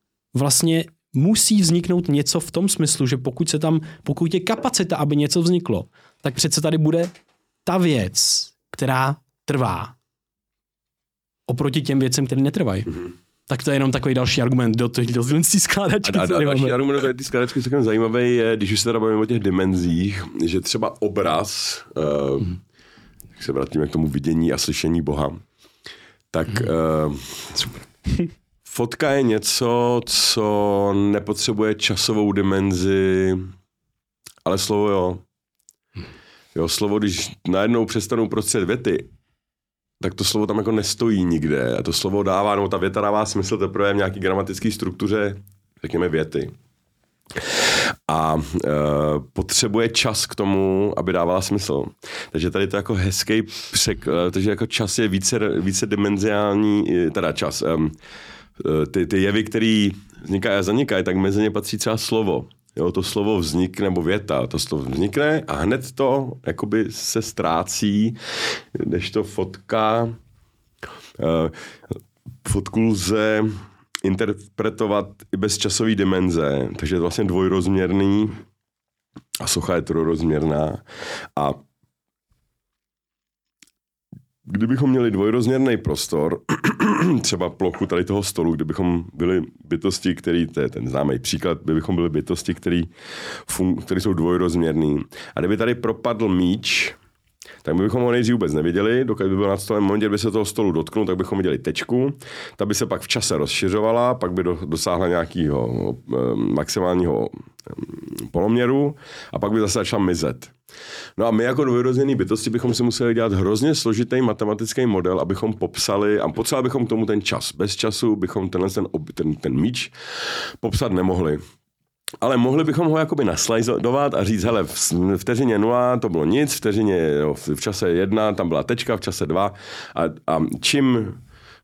něco v tom smyslu, že pokud je kapacita, aby něco vzniklo, tak přece tady bude ta věc, která trvá. oproti těm věcem, které netrvají. Tak to je jenom takový další argument do té skládačky. A další argument do té skládačky je takový zajímavý, je, když už se teda bavíme o těch dimenzích, že třeba obraz, jak se vrátíme k tomu vidění a slyšení Boha, tak super. Fotka je něco, co nepotřebuje časovou dimenzi, ale slovo jo. Jo, slovo, když najednou přestanu prostřed věty, tak to slovo tam jako nestojí nikde. A to slovo dává, nebo ta věta dává smysl teprve v nějaký gramatické struktuře, řekněme věty. A potřebuje čas k tomu, aby dávala smysl. Takže tady to jako hezký překlad, takže jako čas je více dimenziální, teda čas. Ty jevy, které vznikají a zanikají, tak mezi ně patří třeba slovo. Jo, to slovo vznikne, nebo věta, to slovo vznikne a hned to jakoby se ztrácí, kdežto fotku lze interpretovat i bez časové dimenze, takže je to vlastně dvojrozměrný a socha je trojrozměrná. A kdybychom měli dvojrozměrný prostor, třeba plochu tady toho stolu, kdybychom byli bytosti, to je ten známý příklad, kdybychom byli bytosti, které jsou dvojrozměrný. A kdyby tady propadl míč, tak my bychom ho nejdřív vůbec neviděli, dokud by byl nad stolem, v momentě, kdyby se toho stolu dotknul, tak bychom viděli tečku, ta by se pak v čase rozšiřovala, pak by dosáhla nějakého maximálního poloměru a pak by zase začala mizet. No a my jako dvojrozměrný bytosti bychom si museli dělat hrozně složitý matematický model, abychom popsali, a potřebovali bychom k tomu ten čas. Bez času bychom ten míč popsat nemohli. Ale mohli bychom ho jakoby naslajzovat a říct, hele, v vteřině 0 to bylo nic, v čase 1 tam byla tečka, v čase 2 a čím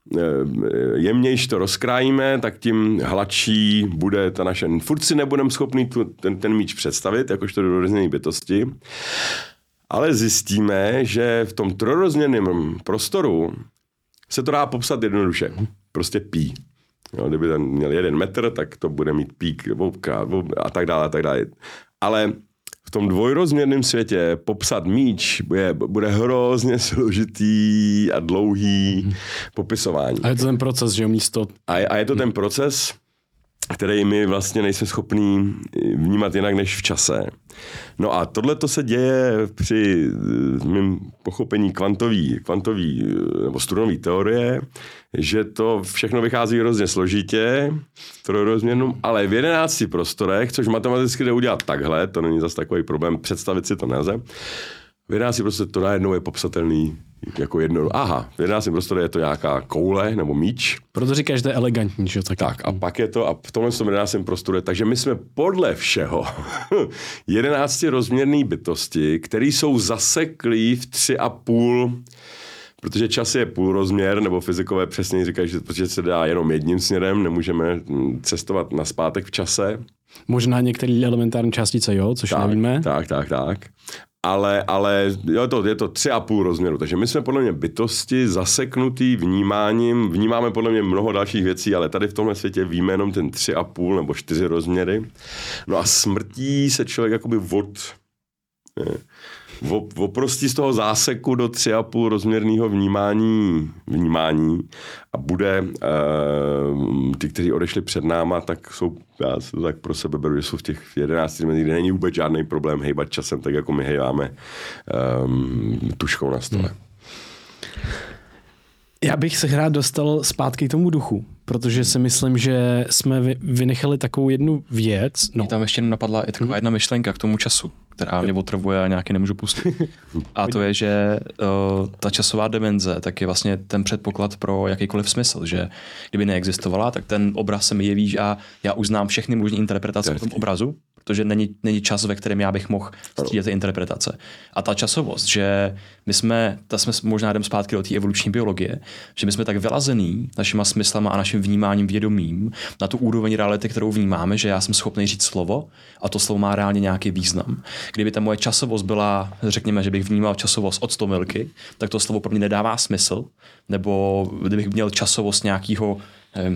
jemnější to rozkrájíme, tak tím hladší bude ta naše... Furt si nebudeme schopni ten míč představit, jakožto dvojrozměrné bytosti, ale zjistíme, že v tom trojrozměrném prostoru se to dá popsat jednoduše. Prostě pí. Jo, kdyby ten měl 1 metr, tak to bude mít pík a tak dále, a tak dále. Ale v tom dvojrozměrném světě popsat míč bude hrozně složitý a dlouhý popisování. A je to ten proces, že jo, místo... A je to ten proces, který my vlastně nejsme schopní vnímat jinak než v čase. No a tohle to se děje při mým pochopení kvantový nebo strunové teorie, že to všechno vychází hrozně složitě, trojrozměrnou, ale v 11 prostorech, což matematicky jde udělat takhle, to není zase takový problém, představit si to nelze. V 11 prostorech to najednou je popsatelný jako jedno. Aha, v 11 prostoru je to nějaká koule nebo míč. Proto říkáš, že to je elegantní, že tak. Tak a pak je to, a v tomhle 11 prostoru, takže my jsme podle všeho 11 rozměrný bytosti, které jsou zaseklí v 3,5, protože čas je půlrozměr, nebo fyzikové přesně říkají, že protože se dá jenom jedním směrem, nemůžeme cestovat nazpátek v čase. Možná některé elementární částice, jo, což nevíme. Tak. Ale je to 3,5 rozměru, takže my jsme podle mě bytosti zaseknutý vnímáním, vnímáme podle mě mnoho dalších věcí, ale tady v tomhle světě víme jenom ten 3,5 nebo 4 rozměry. No a smrtí se člověk jakoby oprostí z toho záseku do 3,5 rozměrného vnímání a bude ty, kteří odešli před náma, tak jsou, já se to tak pro sebe beru, že jsou v těch 11 dimenzích, kde není vůbec žádný problém hejbat časem, tak jako my hejváme tuškou na stole. Já bych se rád dostal zpátky k tomu duchu, protože si myslím, že jsme vynechali takovou jednu věc. No. Mě tam ještě napadla i taková jedna myšlenka k tomu času, která mě otrvuje a nějaký nemůžu pustit. A to je, že ta časová dimenze tak je vlastně ten předpoklad pro jakýkoliv smysl, že kdyby neexistovala, tak ten obraz se mi jeví a já už znám všechny možné interpretace v tom obrazu, protože není čas, ve kterém já bych mohl střídat ty interpretace. A ta časovost, že jsme možná jdem zpátky do té evoluční biologie, že my jsme tak vylazený našima smyslama a naším vnímáním vědomím na tu úroveň reality, kterou vnímáme, že já jsem schopný říct slovo a to slovo má reálně nějaký význam. Kdyby ta moje časovost byla, řekněme, že bych vnímal časovost od 100 milky, tak to slovo pro mě nedává smysl, nebo kdybych měl časovost nějakého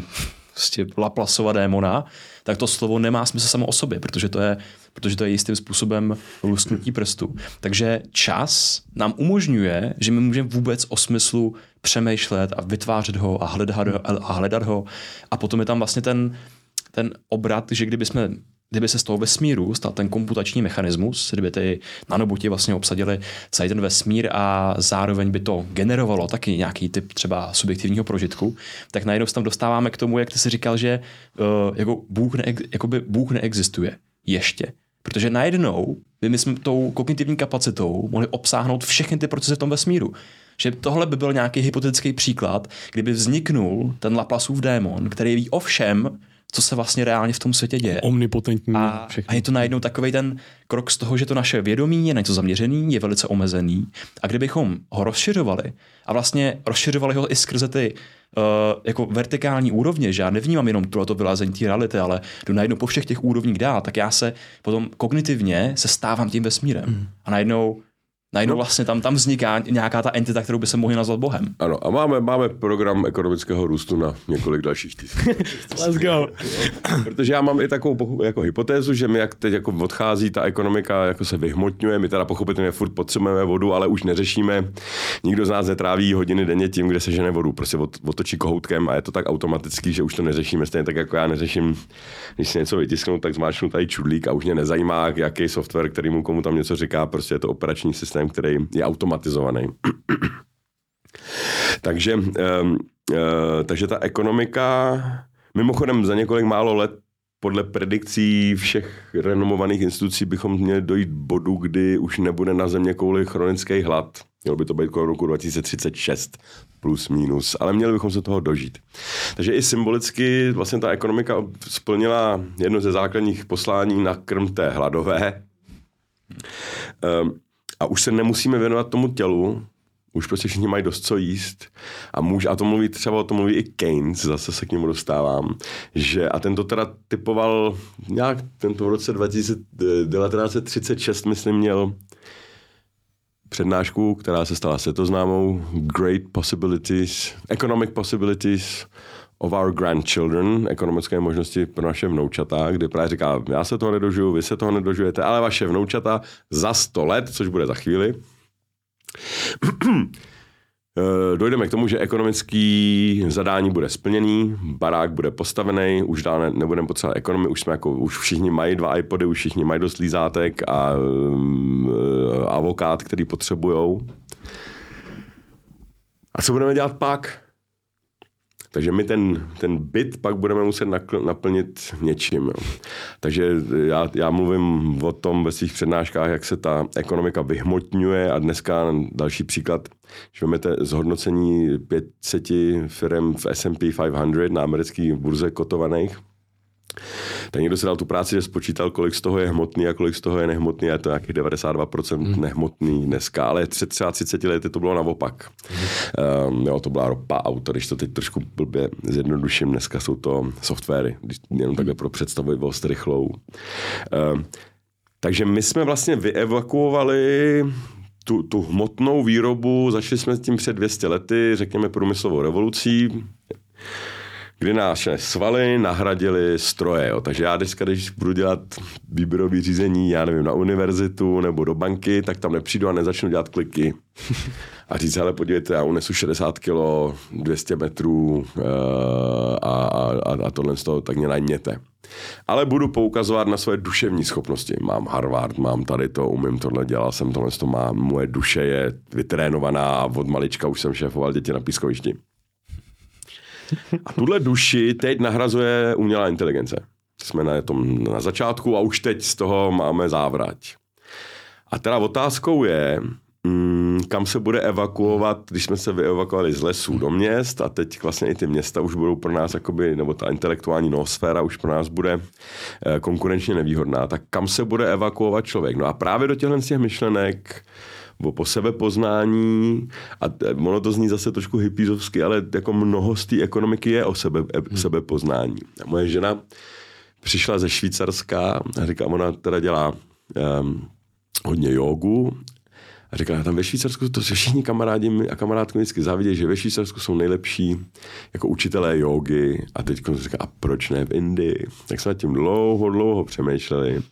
prostě Laplaceova démona, tak to slovo nemá smysl samo o sobě, protože to je jistým způsobem lusknutí prstu. Takže čas nám umožňuje, že my můžeme vůbec o smyslu přemýšlet a vytvářet ho a hledat ho. A potom je tam vlastně ten obrat, že kdyby se z toho vesmíru stal ten komputační mechanismus, kdyby ty nanoboti vlastně obsadili celý ten vesmír a zároveň by to generovalo taky nějaký typ třeba subjektivního prožitku, tak najednou se tam dostáváme k tomu, jak ty jsi říkal, že jako Bůh neexistuje ještě. Protože najednou my jsme tou kognitivní kapacitou mohli obsáhnout všechny ty procesy v tom vesmíru. Že tohle by byl nějaký hypotetický příklad, kdyby vzniknul ten Laplaceův démon, který ví o všem, co se vlastně reálně v tom světě děje. Omnipotentní. A je to najednou takovej ten krok z toho, že to naše vědomí je na něco zaměřený, je velice omezený. A kdybychom ho rozšiřovali a vlastně rozšiřovali ho i skrze ty jako vertikální úrovně, že já nevnímám jenom tohleto vylázení té reality, ale jdu najednou po všech těch úrovních dál, tak já se potom kognitivně se stávám tím vesmírem. A najednou vlastně tam vzniká nějaká ta entita, kterou by se mohli nazvat Bohem. Ano, a máme program ekonomického růstu na několik dalších tisíc. Let's go. Protože já mám i takovou jako hypotézu, že my jak teď jako odchází ta ekonomika, jako se vyhmotňuje, my teda pochopitelně furt potřebujeme vodu, ale už neřešíme, nikdo z nás netráví hodiny denně tím, kde se žene vodu, prostě otočí kohoutkem a je to tak automatický, že už to neřešíme, stejně tak jako já neřeším, když si něco vytisknu, tak zmáčknu tady čudlík a už mě nezajímá, jaký software, kterýmu komu tam něco říká, prostě je to operační systém, který je automatizovaný. Takže ta ekonomika, mimochodem za několik málo let podle predikcí všech renomovaných institucí bychom měli dojít bodu, kdy už nebude na země kouli chronický hlad. Mělo by to být kolem roku 2036 plus minus, ale měli bychom se toho dožít. Takže i symbolicky vlastně ta ekonomika splnila jedno ze základních poslání na krm té hladové. A už se nemusíme věnovat tomu tělu, už prostě všichni mají dost co jíst a to mluví i Keynes, zase se k němu dostávám, že a ten to teda typoval nějak tento v roce 1936, myslím, měl přednášku, která se stala světoznámou Economic Possibilities of Our Grandchildren, ekonomické možnosti pro naše vnoučata, kde právě říká, já se toho nedožiju, vy se toho nedožujete, ale vaše vnoučata za 100 let, což bude za chvíli, dojdeme k tomu, že ekonomický zadání bude splněný, barák bude postavený, už dál nebudeme potřebovat ekonomii, už všichni mají 2 iPody, už všichni mají dost lízátek a avokád, který potřebujou. A co budeme dělat pak? Takže my ten byt pak budeme muset naplnit něčím. Jo. Takže já mluvím o tom ve svých přednáškách, jak se ta ekonomika vyhmotňuje a dneska další příklad, že vezmete zhodnocení 500 firm v S&P 500 na americké burze kotovaných, tak někdo si dal tu práci, že spočítal, kolik z toho je hmotný a kolik z toho je nehmotný, a je to nějakých 92% nehmotný dneska, ale třeba 30 lety to bylo naopak. To byla ropa, auto, když to teď trošku blbě zjednoduším, dneska jsou to softwary, jenom takhle pro představivost rychlou. Takže my jsme vlastně vyevakuovali tu hmotnou výrobu, začali jsme s tím před 200 lety, řekněme průmyslovou revolucí, kdy naše svaly nahradily stroje. Jo. Takže já dneska, když budu dělat výběrové řízení, já nevím, na univerzitu nebo do banky, tak tam nepřijdu a nezačnu dělat kliky. A říct, hele, podívejte, já unesu 60 kilo, 200 metrů a tohle z toho, tak mě najměte. Ale budu poukazovat na své duševní schopnosti. Mám Harvard, mám tady to, umím tohle, dělal jsem tohle, to mám, moje duše je vytrénovaná a od malička už jsem šéfoval děti na pískovišti. A tuhle duši teď nahrazuje umělá inteligence. Jsme na začátku a už teď z toho máme závrať. A teda otázkou je, kam se bude evakuovat, když jsme se vyevakuovali z lesů do měst a teď vlastně i ty města už budou pro nás, jakoby, nebo ta intelektuální noosféra už pro nás bude konkurenčně nevýhodná, tak kam se bude evakuovat člověk? No a právě do těch myšlenek po sebepoznání, a ono to zní zase trošku hippízovsky, ale jako mnoho z té ekonomiky je o sebepoznání. A moje žena přišla ze Švýcarska a říká, ona teda dělá hodně jógu A říkala, tam ve Švýcarsku to všichni kamarádi a kamarádky vždycky závidějí, že ve Švýcarsku jsou nejlepší jako učitelé jógy. A teď říká, a proč ne v Indii? Tak jsme nad tím dlouho přemýšleli.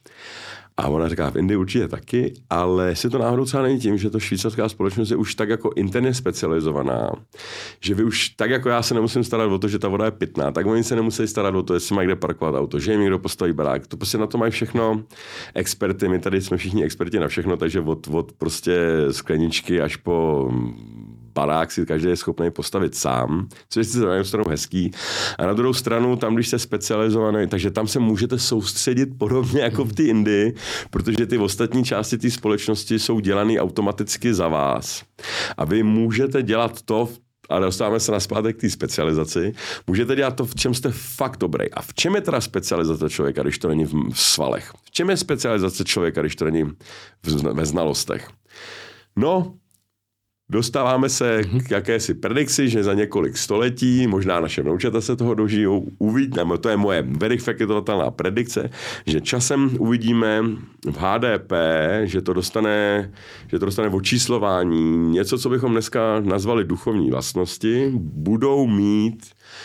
A ona říká, v Indii určitě taky, ale si to náhodou třeba není tím, že to švýcarská společnost je už tak jako interně specializovaná, že vy už tak jako já se nemusím starat o to, že ta voda je pitná, tak oni se nemusí starat o to, jestli mají kde parkovat auto, že jim někdo postaví barák. To prostě na to mají všechno experty, my tady jsme všichni experti na všechno, takže od prostě skleničky až po barák si každý je schopný postavit sám, což je na jednu stranu hezký. A na druhou stranu, tam, když jste specializovaný, takže tam se můžete soustředit podobně jako v té Indii, protože ty ostatní části té společnosti jsou dělané automaticky za vás. A vy můžete dělat to, a dostáváme se nazpátek k té specializaci, můžete dělat to, v čem jste fakt dobrý. A v čem je teda specializace člověka, když to není v svalech? V čem je specializace člověka, když to není ve znalostech? No, dostáváme se k jakési predikci, že za několik století, možná naše vnoučata se toho dožijou, uvidíme, to je moje verifikovatelná predikce, že časem uvidíme v HDP, že to dostane v očíslování něco, co bychom dneska nazvali duchovní vlastnosti, budou mít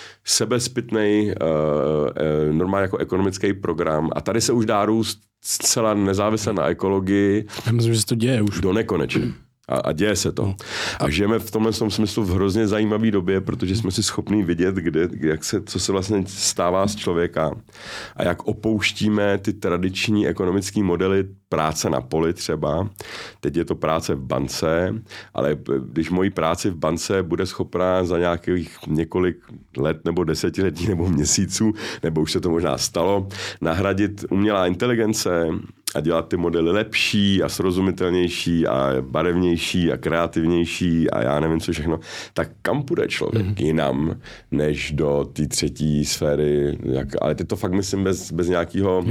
sebezpitnej normálně jako ekonomický program a tady se už dá růst zcela nezávisle na ekologii. Já myslím, že se to děje už. Do nekonečna. A děje se to. A žijeme v tomhle smyslu v hrozně zajímavé době, protože jsme si schopní vidět, co se vlastně stává z člověka a jak opouštíme ty tradiční ekonomické modely práce na poli třeba. Teď je to práce v bance, ale když mojí práci v bance bude schopná za nějakých několik let nebo desetiletí nebo měsíců, nebo už se to možná stalo, nahradit umělá inteligence a dělat ty modely lepší a srozumitelnější a barevnější a kreativnější a já nevím co všechno, tak kam půjde člověk jinam, než do té třetí sféry, ale teď to fakt myslím bez nějakého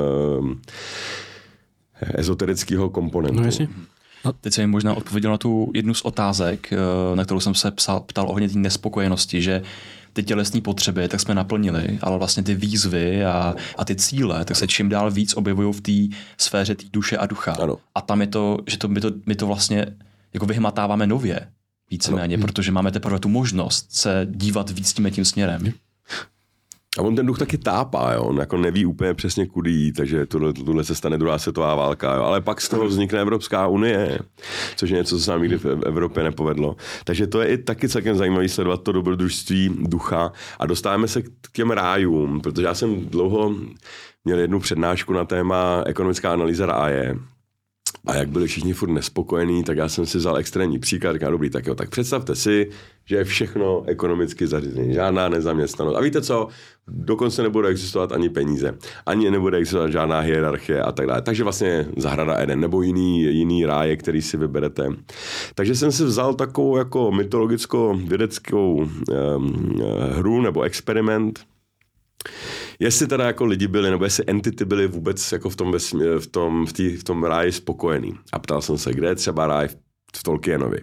ezoterického komponentu. No jasně. Teď jsem možná odpověděl na tu jednu z otázek, na kterou jsem se ptal ohledně té nespokojenosti, že ty tělesné potřeby, tak jsme naplnili, ale vlastně ty výzvy a ty cíle, tak se čím dál víc objevují v té sféře té duše a ducha. Ano. A tam je to, že my to vlastně jako vyhmatáváme nově víceméně, protože máme teprve tu možnost se dívat víc tím směrem. A on ten duch taky tápá, jo? On jako neví úplně přesně kudy jít, takže tohle se stane druhá světová válka, jo? Ale pak z toho vznikne Evropská unie, což je něco, co se nám nikdy v Evropě nepovedlo. Takže to je i taky celkem zajímavé sledovat to dobrodružství ducha a dostáváme se k těm rájům, protože já jsem dlouho měl jednu přednášku na téma ekonomická analýza ráje. A jak byli všichni furt nespokojení, tak já jsem si vzal extrémní příklad, říkám, dobrý, tak jo, tak představte si, že je všechno ekonomicky zařízené, žádná nezaměstnanost. A víte co, dokonce nebude existovat ani peníze, ani nebude existovat žádná hierarchie a tak dále. Takže vlastně zahrada Eden nebo jiný ráje, který si vyberete. Takže jsem si vzal takovou jako mytologicko-vědeckou hru nebo experiment, jestli teda jako lidi byli, nebo jestli entity byly vůbec jako v tom ráji spokojený. A ptal jsem se, kde je třeba ráj v Tolkienovi?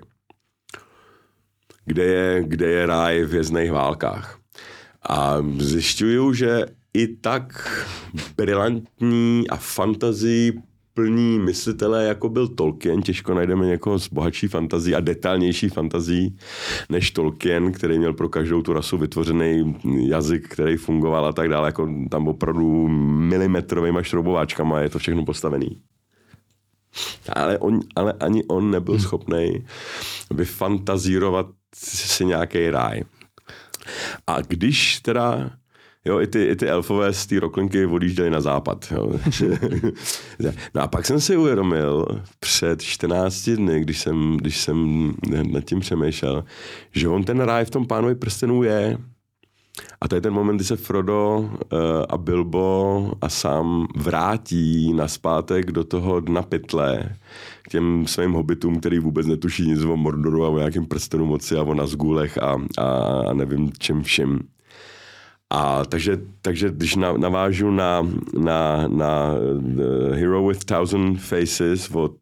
Kde je ráj v Hvězdných válkách? A zjišťuju, že i tak brilantní a fantazii plní myslitelé, jako byl Tolkien, těžko najdeme někoho s bohatší fantazí a detailnější fantazí než Tolkien, který měl pro každou tu rasu vytvořený jazyk, který fungoval a tak dále, jako tam opravdu milimetrovýma šroubováčkama je to všechno postavený. Ale ani on nebyl schopný vyfantazírovat si nějaký ráj. A když teda jo, i ty elfové z té roklinky odjížděli na západ. Jo. No a pak jsem si uvědomil před 14 dny, když jsem nad tím přemýšlel, že on ten ráj v tom Pánovi prstenů je. A to je ten moment, kdy se Frodo a Bilbo a Sam vrátí nazpátek do toho dna pytle k těm svým hobitům, který vůbec netuší nic o Mordoru a o nějakým prstenu moci a o Nazgûlech a nevím čem všem. A takže když navážu na The Hero with Thousand Faces od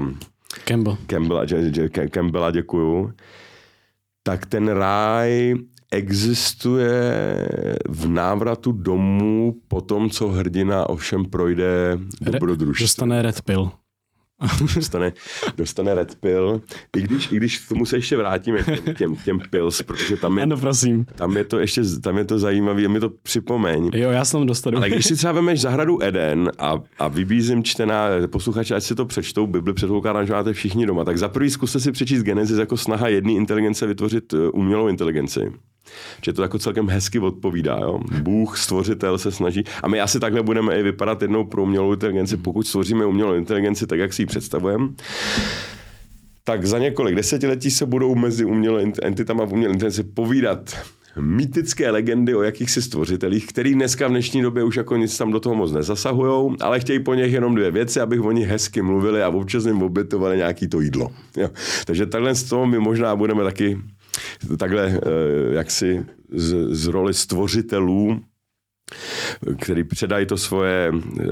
Campbella, děkuju, tak ten ráj existuje v návratu domů po tom, co hrdina ovšem projde dobrodružství. Dostane red pill. dostane red pill. I když k tomu se ještě vrátíme těm pills, protože tam je, ano, prosím. Tam je to zajímavé, mi to připomeň. Jo, já jsem dostanu. Ale když si třeba vemeš Zahradu Eden a vybízím posluchače, ať si to přečtou, Bibli, předpokládám, že máte všichni doma, tak za prvý zkuste si přečíst Genesis jako snaha jedné inteligence vytvořit umělou inteligenci. Že to jako celkem hezky odpovídá. Jo? Bůh, stvořitel se snaží. A my asi takhle budeme i vypadat jednou pro umělou inteligenci, pokud stvoříme umělou inteligenci tak, jak si ji představujeme. Tak za několik desetiletí se budou mezi umělou entitama v umělé inteligenci povídat mýtické legendy o jakýchsi stvořitelích, který dneska v dnešní době už jako nic tam do toho moc nezasahujou, ale chtějí po něch jenom dvě věci, abych o nich hezky mluvili a občas jim obětovali nějaký to jídlo. Jo. Takže takhle z toho my možná budeme taky takhle jaksi z roli stvořitelů, který předají to svoje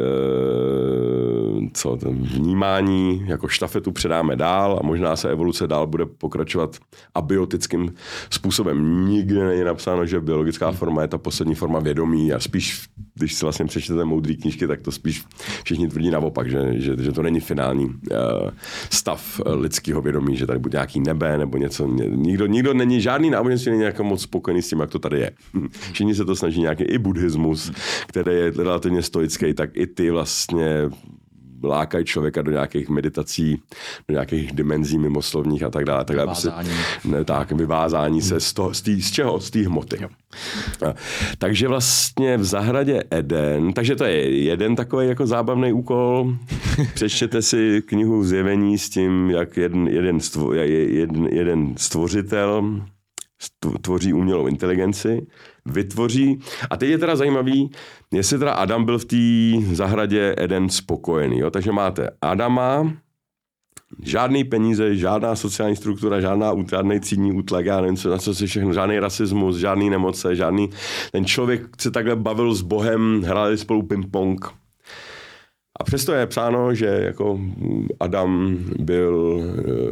vnímání, jako štafetu předáme dál a možná se evoluce dál bude pokračovat abiotickým způsobem. Nikde není napsáno, že biologická forma je ta poslední forma vědomí a spíš, když si vlastně přečtete moudrý knížky, tak to spíš všichni tvrdí naopak, že to není finální stav lidského vědomí, že tady bude nějaký nebe nebo něco. Nikdo není, žádný náboženství není nějak moc spokojený s tím, jak to tady je. Všichni se to snaží nějaký i buddhismus, který je relativně stoický, tak i ty vlastně lákají člověka do nějakých meditací, do nějakých dimenzí mimoslovních a tak dále. Vyvázání se z čeho? Z té hmoty. Takže vlastně v zahradě Eden, takže to je jeden takový jako zábavný úkol. Přečtěte si knihu Zjevení s tím, jak jeden stvořitel tvoří umělou inteligenci, vytvoří. A teď je teda zajímavý, jestli teda Adam byl v té zahradě Eden spokojený. Jo? Takže máte Adama, žádný peníze, žádná sociální struktura, žádný třídní útlak, já nevím, na co se všechno, žádný rasismus, žádný nemoce, ten člověk se takhle bavil s Bohem, hráli spolu ping-pong. A přesto je psáno, že jako Adam byl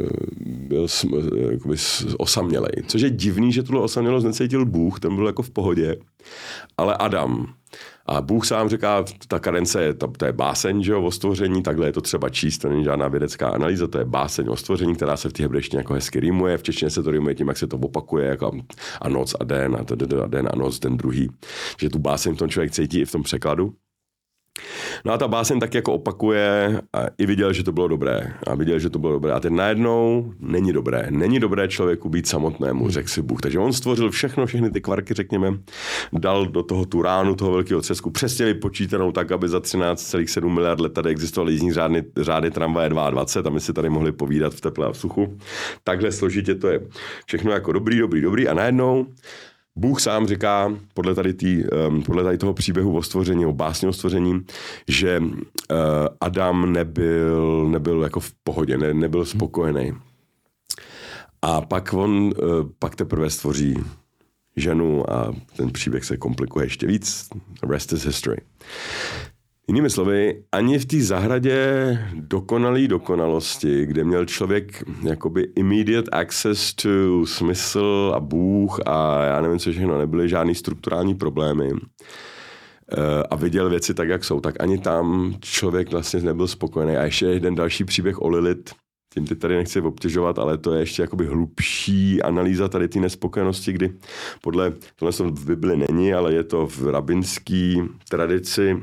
osamělej. Což je divný, že tuhle osamělost necítil Bůh, ten byl jako v pohodě, ale Adam. A Bůh sám říká, ta kadence, to je báseň, že jo, o stvoření, takhle je to třeba číst, to není žádná vědecká analýza, to je báseň o stvoření, která se v té hebrejštině jako hezky rýmuje, v češtině se to rýmuje tím, jak se to opakuje, jako a noc a den a den a noc, ten druhý. Že tu báseň v tom člověk cítí i v tom překladu. No a ta báseň tak jako opakuje a i viděl, že to bylo dobré. A teď najednou není dobré člověku být samotnému, řekl si Bůh. Takže on stvořil všechny ty kvarky, řekněme, dal do toho tu ránu, toho velkého třesku, přesně vypočítanou tak, aby za 13,7 miliard let tady existovaly jízdní řády tramvaje 22, a my si tady mohli povídat v teple a v suchu. Takhle složitě to je všechno jako dobrý a najednou Bůh sám říká, podle tady toho příběhu o stvoření, o básně o stvoření, že Adam nebyl jako v pohodě, nebyl spokojený. A pak teprve stvoří ženu a ten příběh se komplikuje ještě víc. Rest is history. Jinými slovy, ani v té zahradě dokonalosti, kde měl člověk jakoby immediate access to smysl a Bůh a já nevím, co všechno, nebyly žádný strukturální problémy a viděl věci tak, jak jsou, tak ani tam člověk vlastně nebyl spokojený. A ještě jeden další příběh o Lilith, tím ty tady nechci obtěžovat, ale to je ještě jakoby hlubší analýza tady té nespokojenosti, kdy tohle v Bibli není, ale je to v rabinské tradici.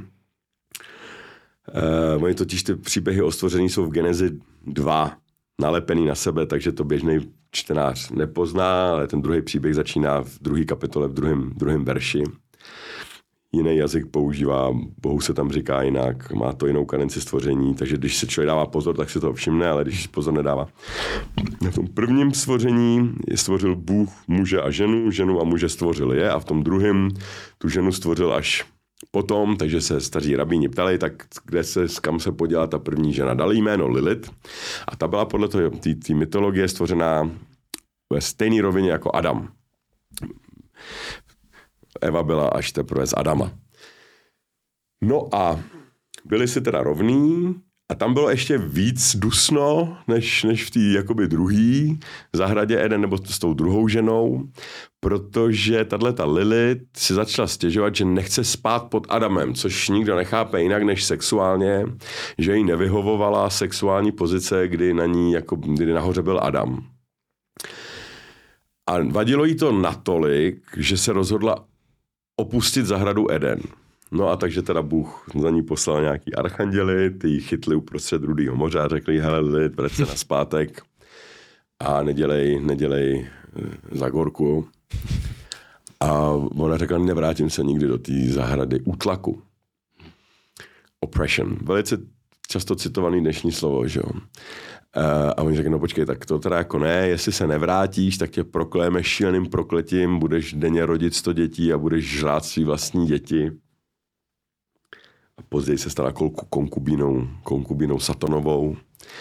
Oni totiž ty příběhy o stvoření jsou v Genezi 2 nalepený na sebe, takže to běžný čtenář nepozná, ale ten druhý příběh začíná v 2. kapitole, v druhém verši. Jiný jazyk používá, Bohu se tam říká jinak, má to jinou kadenci stvoření, takže když se člověk dává pozor, tak si to všimne, ale když pozor nedává. Na tom prvním stvoření stvořil Bůh muže a ženu a muže stvořil je a v tom druhém tu ženu stvořil až potom, takže se staří rabíni ptali, tak kam se poděla ta první žena. Dali jméno Lilith a ta byla podle té mytologie stvořená ve stejné rovině jako Adam. Eva byla až teprve z Adama. No a byli si teda rovní A tam bylo ještě víc dusno, než v té jakoby druhý zahradě Eden, nebo s tou druhou ženou, protože tato Lilith si začala stěžovat, že nechce spát pod Adamem, což nikdo nechápe jinak než sexuálně, že jí nevyhovovala sexuální pozice, kdy nahoře byl Adam. A vadilo jí to natolik, že se rozhodla opustit zahradu Eden. No a takže teda Bůh za ní poslal nějaký archanděli, ty ji chytli uprostřed Rudýho moře a řekli, hele Lilith, vrať se nazpátek a nedělej zagorku. A ona řekla, nevrátím se nikdy do té zahrady útlaku. Oppression. Velice často citovaný dnešní slovo, že jo. A oni řekli, no počkej, tak to teda jako ne, jestli se nevrátíš, tak tě proklejeme šíleným prokletím, budeš denně rodit 100 dětí a budeš žrát svý vlastní děti. A později se stala konkubínou Satanovou.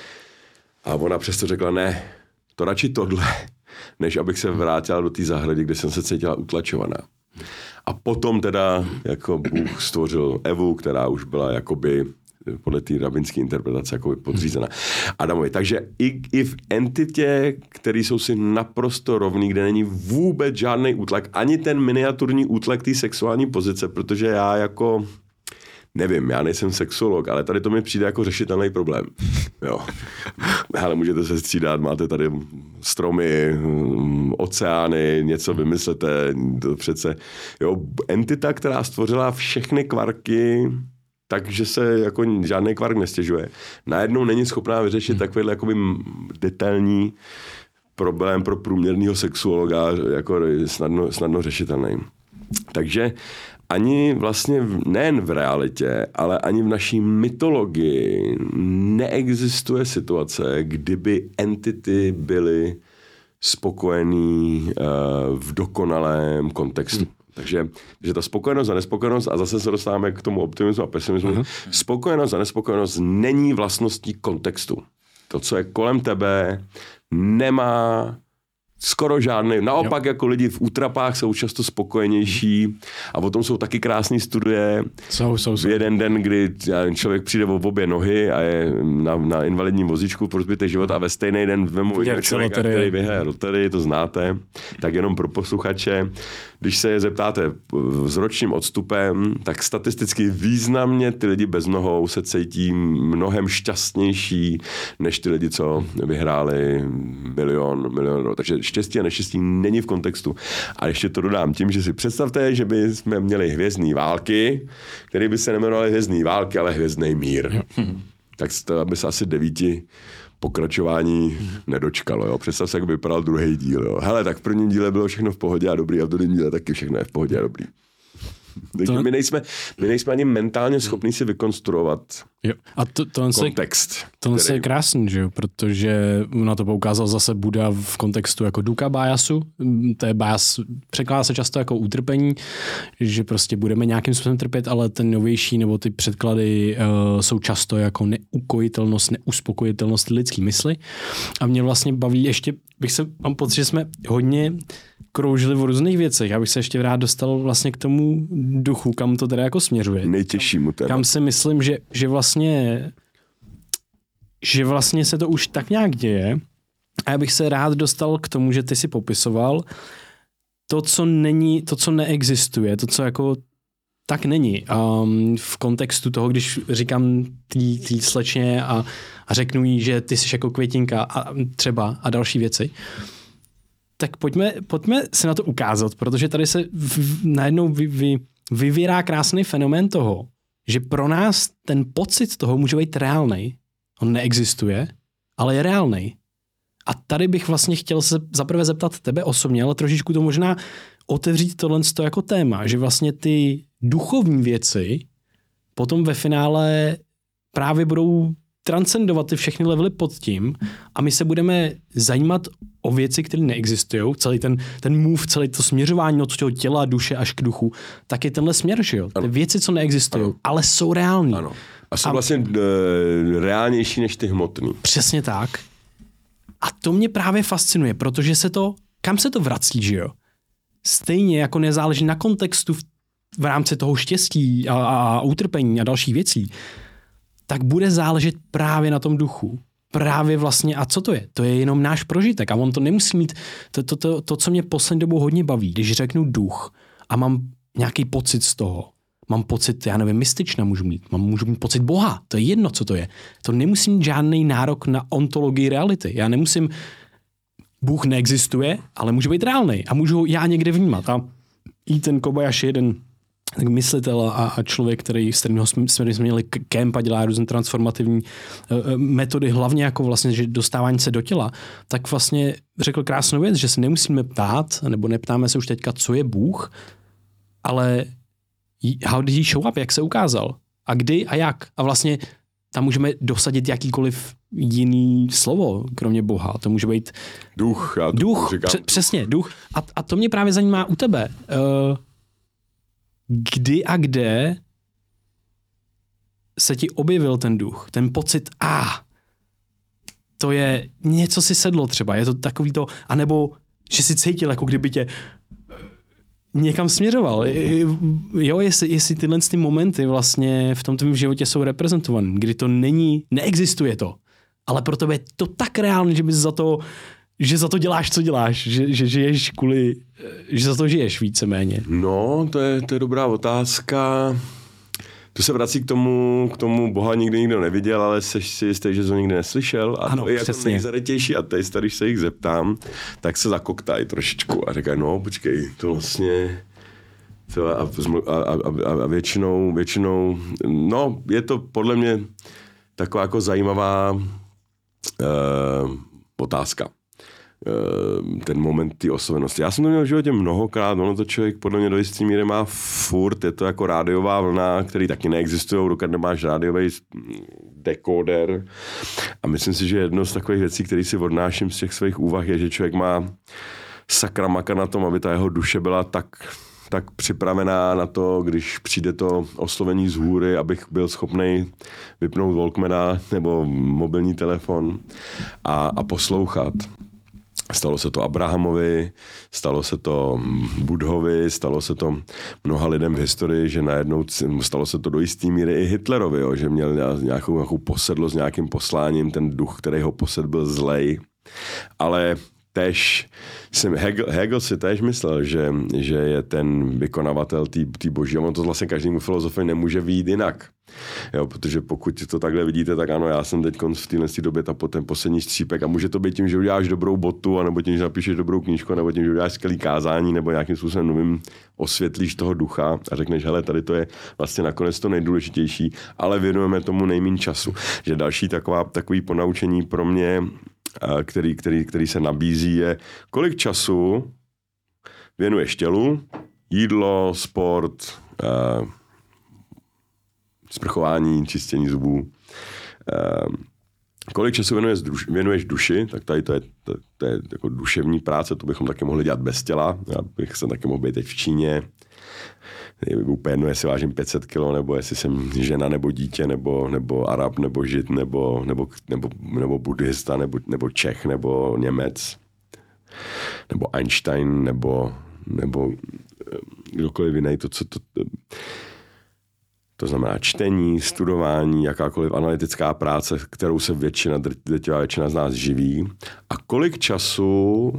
A ona přesto řekla, ne, to radši tohle, než abych se vrátila do té zahrady, kde jsem se cítila utlačovaná. A potom teda jako Bůh stvořil Evu, která už byla jakoby podle té rabinské interpretace jakoby podřízena Adamovi. Takže i v entitě, který jsou si naprosto rovný, kde není vůbec žádný útlak, ani ten miniaturní útlak té sexuální pozice, protože já jako nevím, já nejsem sexolog, ale tady to mi přijde jako řešitelný problém. Jo. Ale můžete se střídat, máte tady stromy, oceány, něco vymyslete, to přece, jo, entita, která stvořila všechny kvarky, takže se jako žádný kvark nestěžuje. Najednou není schopná vyřešit takovýhle jakoby detailní problém pro průměrného sexuologa, jako snadno řešitelný. Takže ani vlastně nejen v realitě, ale ani v naší mytologii neexistuje situace, kdyby entity byly spokojený v dokonalém kontextu. Takže ta spokojenost a nespokojenost, a zase se dostáváme k tomu optimismu a pesimismu, spokojenost a nespokojenost není vlastností kontextu. To, co je kolem tebe, nemá skoro žádný. Naopak jako lidi v útrapách jsou často spokojenější a potom jsou taky krásné studie. Jsou. V jeden den, kdy člověk přijde o obě nohy a je na invalidním vozíčku pro zbytek života a ve stejný den vemu člověka, který vyhraje loterii, to znáte, tak jenom pro posluchače. Když se je zeptáte s ročním odstupem, tak statisticky významně ty lidi bez nohou se cítí mnohem šťastnější, než ty lidi, co vyhráli milion. Takže štěstí a neštěstí není v kontextu. A ještě to dodám tím, že si představte, že by jsme měli hvězdný války, které by se nejmenovaly hvězdný války, ale hvězdný mír. Tak to by se asi 9 pokračování nedočkalo. Jo. Představ se, jak vypadal druhý díl. Jo. Hele, tak v prvním díle bylo všechno v pohodě a dobrý a v druhém díle taky všechno je v pohodě a dobrý. Takže my nejsme ani mentálně schopní si vykonstruovat kontext. To je krásný, že jo? Protože na to poukázal zase Buddha v kontextu jako dukkha bájasu. To je bájas, překládá se často jako utrpení, že prostě budeme nějakým způsobem trpět, ale ten novější nebo ty předklady jsou často jako neukojitelnost, neuspokojitelnost lidský mysli. A mě vlastně baví ještě, mám pocit, že jsme hodně kroužili v různých věcech. Já bych se ještě rád dostal vlastně k tomu duchu, kam to teda jako směřuje. Nejtěžšímu tématu. Kam si myslím, že vlastně se to už tak nějak děje. A já bych se rád dostal k tomu, že ty si popisoval to, co není, to, co neexistuje, to, co jako tak není. V kontextu toho, když říkám tý slečně a řeknu jí, že ty jsi jako květinka a třeba a další věci, tak pojďme se na to ukázat, protože tady se najednou vyvírá krásný fenomén toho, že pro nás ten pocit toho může být reálnej. On neexistuje, ale je reálnej. A tady bych vlastně chtěl se zaprvé zeptat tebe osobně, ale trošičku to možná otevřít tohle jako téma, že vlastně ty duchovní věci potom ve finále právě budou transcendovat ty všechny levely pod tím a my se budeme zajímat o věci, které neexistují. Celý ten move, celé to směřování od toho těla, duše až k duchu, tak je tenhle směr, že jo? Ty věci, co neexistují, ale jsou reální. Ano. A jsou vlastně reálnější než ty hmotný. Přesně tak. A to mě právě fascinuje, protože kam se to vrací, že jo? Stejně jako nezáleží na kontextu v rámci toho štěstí a utrpení a dalších věcí, tak bude záležet právě na tom duchu. Právě vlastně, a co to je? To je jenom náš prožitek a on to nemusí mít, to co mě poslední dobou hodně baví, když řeknu duch a mám nějaký pocit z toho, mám pocit, já nevím, mystična můžu mít pocit Boha, to je jedno, co to je. To nemusí mít žádný nárok na ontologii reality. Já nemusím, Bůh neexistuje, ale může být reálný a můžu ho já někde vnímat. A i ten Kobayashi, jeden myslitel a člověk, s kterým jsme měli kemp a dělá různé transformativní metody, hlavně jako vlastně, že dostávání se do těla, tak vlastně řekl krásnou věc, že se nemusíme ptát, nebo neptáme se už teďka, co je Bůh, ale how did he show up, jak se ukázal a kdy a jak. A vlastně tam můžeme dosadit jakýkoliv jiný slovo, kromě Boha. To může být duch. Přesně, duch. A to mě právě zajímá u tebe. Kdy a kde se ti objevil ten duch, ten pocit, to je něco si sedlo třeba, je to takový to, anebo že si cítil, jako kdyby tě někam směřoval. Jo, jestli tyhle ty momenty vlastně v tom tvém životě jsou reprezentované, kdy to neexistuje to, ale pro tebe je to tak reálné, že za to děláš, co děláš, že žiješ že za to žiješ víceméně. No, to je dobrá otázka. To se vrací k tomu Boha nikdo neviděl, ale seš si jistý, že jsi ho nikdy neslyšel. A ano, to je jako nejzarytější ateista, když se jich zeptám, tak se zakoktají trošičku a říkají, no počkej, to vlastně... A většinou, no, je to podle mě taková jako zajímavá otázka. Ten moment té oslovenosti. Já jsem to měl v životě mnohokrát, ono to člověk podle mě do jistý míry má furt, je to jako rádiová vlna, který taky neexistují, dokud nemáš rádiový dekoder. A myslím si, že jedno z takových věcí, které si odnáším z těch svých úvah, je, že člověk má sakra maka na tom, aby ta jeho duše byla tak připravená na to, když přijde to oslovení z hůry, abych byl schopný vypnout Walkmana nebo mobilní telefon a poslouchat. Stalo se to Abrahamovi, stalo se to Budhovi, stalo se to mnoha lidem v historii, že najednou stalo se to do jistý míry i Hitlerovi, jo, že měl nějakou posedlost s nějakým posláním, ten duch, který ho posed, byl zlej. Ale Hegel si též myslel, že je ten vykonavatel té boží. A on to vlastně každému filozofovi nemůže vyjít jinak. Jo, protože pokud to takhle vidíte, tak ano, já jsem teď v téhle době ten poslední střípek a může to být tím, že uděláš dobrou botu, anebo tím, že napíšeš dobrou knížku, nebo tím, že uděláš skvělý kázání, nebo nějakým způsobem novým osvětlíš toho ducha a řekneš, hele, tady to je vlastně nakonec to nejdůležitější, ale věnujeme tomu nejméně času. Že další takový ponaučení pro mě, který se nabízí, je, kolik času věnuješ tělu, jídlo, sport, sprchování, čistění zubů. Kolik času věnuješ duši, tak tady to je jako duševní práce, to bychom taky mohli dělat bez těla. Já bych se taky mohl být teď v Číně. Je úplně jedno, jestli vážím 500 kilo, nebo jestli jsem žena, nebo dítě, nebo Arab, nebo Žid, nebo buddhista, nebo Čech, nebo Němec, nebo Einstein, nebo kdokoliv jiný. To znamená čtení, studování, jakákoliv analytická práce, kterou se drtivá většina z nás živí. A kolik času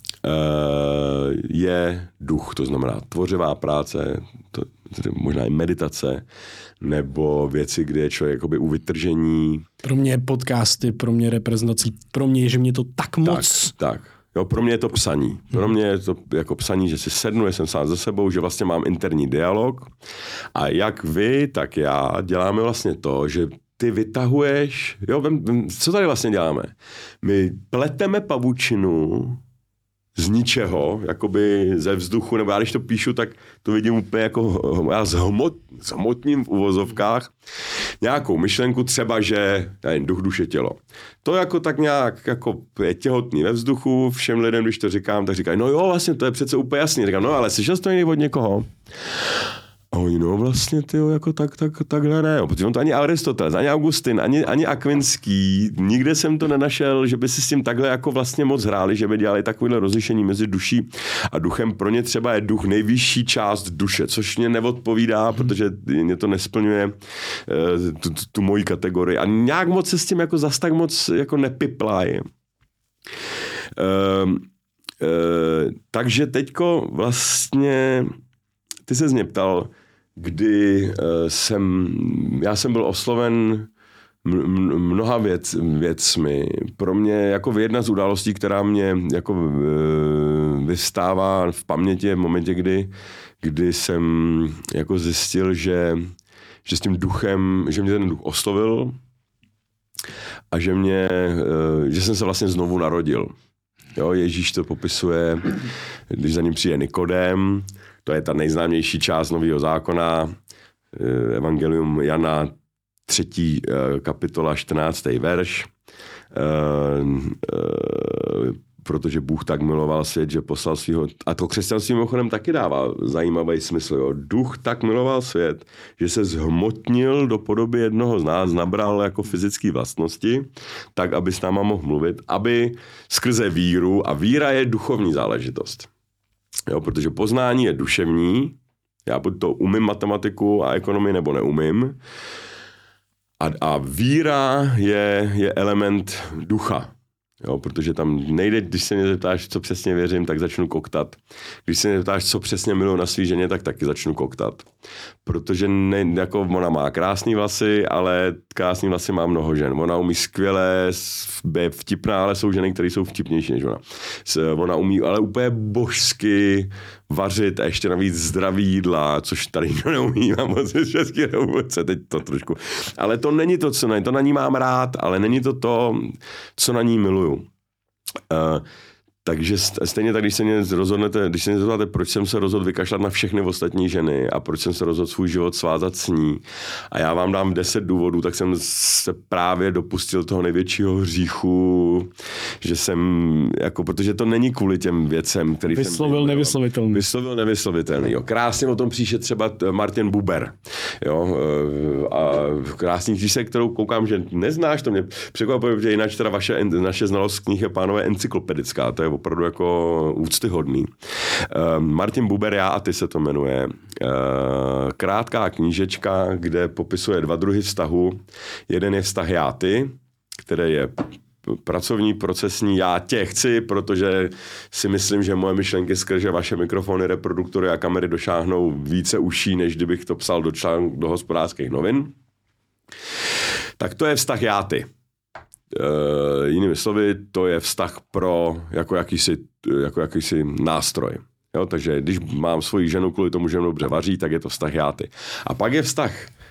je duch, to znamená tvořivá práce, možná i meditace, nebo věci, kde je člověk jakoby u vytržení. Pro mě podcasty, pro mě reprezentací, pro mě je, že mě to tak moc... Tak. Jo, pro mě je to psaní. Pro mě je to jako psaní, že si sednu, jsem sám ze sebou, že vlastně mám interní dialog a jak vy, tak já děláme vlastně to, že ty vytahuješ, co tady vlastně děláme? My pleteme pavučinu z ničeho, jakoby ze vzduchu, nebo já když to píšu, tak to vidím úplně jako, já zhmotním v uvozovkách nějakou myšlenku, třeba, že duch, duše, tělo. To jako tak nějak jako je těhotný ve vzduchu, všem lidem, když to říkám, tak říkají, no jo, vlastně to je přece úplně jasný. Říkám, no ale slyšel jsi to někdy od někoho? A oni, no vlastně, tyjo, jako takhle ne. Protože on to ani Aristoteles, ani Augustin, ani Akvinský, nikde jsem to nenašel, že by si s tím takhle jako vlastně moc hráli, že by dělali takovéhle rozlišení mezi duší a duchem. Pro ně třeba je duch nejvyšší část duše, což mě neodpovídá, protože mě to nesplňuje tu moji kategorii. A nějak moc se s tím jako zas tak moc jako nepiplají. Takže teďko vlastně, ty se mě ptal, kdy já jsem byl osloven mnoha věcmi. Pro mě jako jedna z událostí, která mě jako vyvstává v paměti v momentě, kdy jsem jako zjistil, že s tím duchem, že mě ten duch oslovil a že jsem se vlastně znovu narodil. Jo, Ježíš to popisuje, když za ním přijde Nikodém, to je ta nejznámější část Nového zákona, Evangelium Jana 3. kapitola 14. verš. Protože Bůh tak miloval svět, že poslal svýho... A to křesťanství mimochodem taky dává zajímavý smysl. Jo. Duch tak miloval svět, že se zhmotnil do podoby jednoho z nás, nabral jako fyzické vlastnosti, tak, aby s náma mohl mluvit, aby skrze víru, a víra je duchovní záležitost. Jo, protože poznání je duševní, já buď to umím matematiku a ekonomii nebo neumím, a víra je element ducha. Jo, protože tam nejde, když se mě zeptáš, co přesně věřím, tak začnu koktat. Když se mě zeptáš, co přesně miluji na svý ženě, tak taky začnu koktat. Protože jako ona má krásný vlasy, ale krásný vlasy má mnoho žen. Ona umí skvěle, je vtipná, ale jsou ženy, které jsou vtipnější než ona. Ona umí ale úplně božsky vařit a ještě navíc zdravý jídla, což tady nikdo neumí, mám moc z České republice, teď to trošku. Ale to není to, to na ní mám rád, ale není to, co na ní miluju. Takže stejně tak, když se mě zeptáte, proč jsem se rozhodl vykašlat na všechny ostatní ženy a proč jsem se rozhodl svůj život svázat s ní a já vám dám 10 důvodů, tak jsem se právě dopustil toho největšího hříchu, že jsem, jako, protože to není kvůli těm věcem, který vyslovil nevyslovitelný. Vyslovil nevyslovitelný, jo. Krásně o tom píše třeba Martin Buber, jo, a krásný knížce, kterou koukám, že neznáš, to mě překvapuje, protože jinak teda naše znalost knih je, pánové, encyklopedická, to je opravdu jako úctyhodný. Martin Buber, Já a ty se to jmenuje. Krátká knížečka, kde popisuje 2 druhy vztahu. Jeden je vztah já ty, který je pracovní, procesní, já tě chci, protože si myslím, že moje myšlenky skrze vaše mikrofony, reproduktory a kamery došáhnou více uší, než kdybych to psal do Hospodářských novin. Tak to je vztah já ty. Jinými slovy, to je vztah jako jakýsi nástroj. Jo, takže když mám svoji ženu kvůli tomu, že dobře vaří, tak je to vztah já ty. A pak je vztah,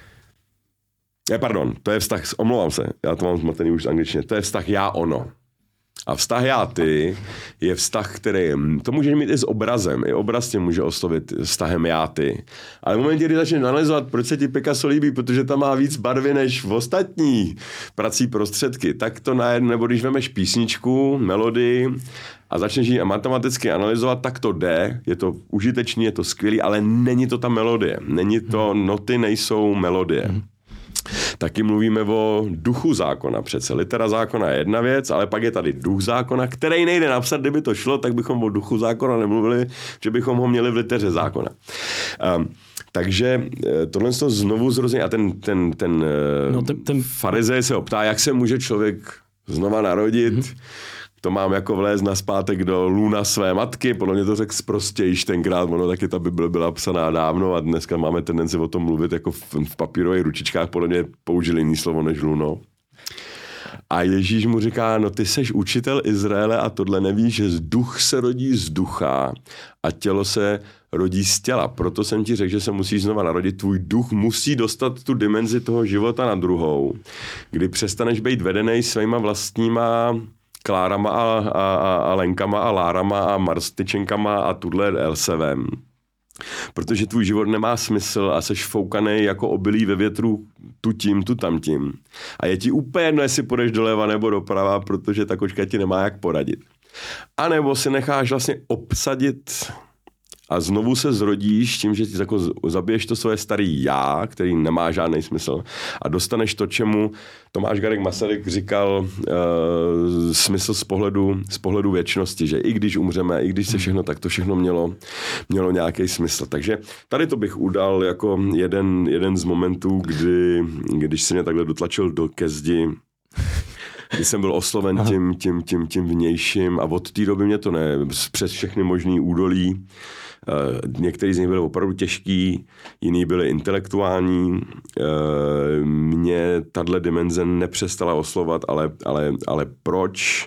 to je vztah, omlouvám se, já to mám zmatený už z angličtiny, to je vztah já ono. A vztah já ty je vztah, který, to může mít i s obrazem, i obraz tě může oslovit vztahem já ty. Ale v momentě, kdy začneš analyzovat, proč se ti Picasso líbí, protože tam má víc barvy než v ostatní prací prostředky, tak to najednou, nebo když vemeš písničku, melodii a začneš ji matematicky analyzovat, tak to jde, je to užitečný, je to skvělý, ale není to ta melodie, není to, noty nejsou melodie. Taky mluvíme o duchu zákona přece. Litera zákona je jedna věc, ale pak je tady duch zákona, který nejde napsat, kdyby to šlo, tak bychom o duchu zákona nemluvili, že bychom ho měli v liteře zákona. Takže tohle to znovu zrození a ten farizej se optá, jak se může člověk znova narodit. To mám jako vlézt nazpátek do lůna své matky, podle mě to řekl zprostějš tenkrát, ono taky ta Bible byla psaná dávno a dneska máme tendenci o tom mluvit jako v papírových ručičkách, podle mě použili jiný slovo než luno. A Ježíš mu říká, no ty seš učitel Izraele a tohle nevíš, že duch se rodí z ducha a tělo se rodí z těla. Proto jsem ti řekl, že se musíš znova narodit. Tvůj duch musí dostat tu dimenzi toho života na druhou, kdy přestaneš být vedený svýma vlastníma Klárama a Lenkama a Lárama a Marstyčenkama a tudle Elsevem. Protože tvůj život nemá smysl a seš foukanej jako obilí ve větru tu tím, tu tamtím. A je ti úplně jedno, jestli půjdeš doleva nebo doprava, protože ta kočka ti nemá jak poradit. A nebo si necháš vlastně obsadit a znovu se zrodíš tím, že ti jako zabiješ to svoje starý já, který nemá žádný smysl a dostaneš to, čemu Tomáš Garrigue Masaryk říkal smysl z pohledu věčnosti, že i když umřeme, i když se všechno, tak to všechno mělo nějaký smysl. Takže tady to bych udal jako jeden z momentů, když se mě takhle dotlačil ke zdi, kdy jsem byl osloven tím vnějším a od té doby mě to přes všechny možný údolí. Některý z nich byly opravdu těžký, jiný byly intelektuální. Mě tahle dimenze nepřestala oslovat, ale proč?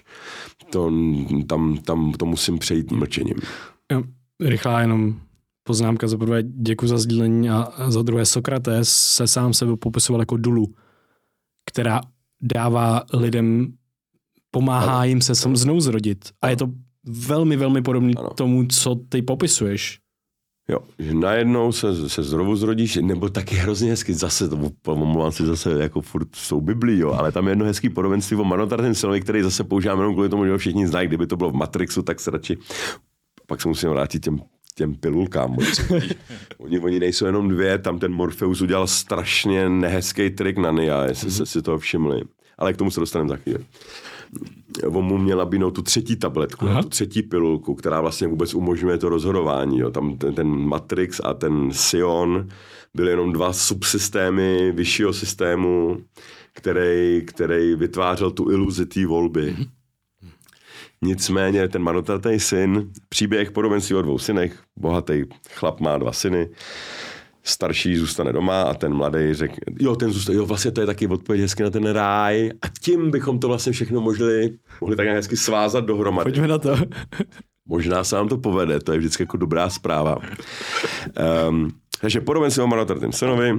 Tam to musím přejít mlčením. Jo, rychlá jenom poznámka. Za prvé děkuji za sdílení a za druhé Sokrates se sám sebe popisoval jako dulu, která dává lidem, pomáhá jim se znovu zrodit. A je to velmi, velmi podobný tomu, co ty popisuješ. Jo, že najednou se znovu zrodíš, nebo taky hrozně hezky, zase, to omlouvám si zase jako furt jsou Biblii, jo, ale tam je jedno hezký podobenství o marnotratném synovi, který zase používám jenom kvůli tomu, že ho všichni znají. Kdyby to bylo v Matrixu, tak se radši, pak se musím vrátit těm pilulkám. Oni nejsou jenom dvě, tam ten Morpheus udělal strašně nehezký trik na Nea, jestli jste si toho všimli. Ale k tomu se dostaneme za chvíli. On mu měl nabídnout tu třetí tabletku, tu třetí pilulku, která vlastně vůbec umožňuje to rozhodování. Jo. Tam ten Matrix a ten Sion byly jenom dva subsystémy vyššího systému, který vytvářel tu iluzi té volby. Nicméně ten marnotratný syn, příběh podobenství o dvou synech, bohatý chlap má dva syny, starší zůstane doma a ten mladý řekne, vlastně to je taky odpověď hezky na ten ráj a tím bychom to vlastně všechno mohli tak hezky svázat dohromady. Pojďme na to. Možná se nám to povede, to je vždycky jako dobrá zpráva. Takže podobenství o marnotratném synovi.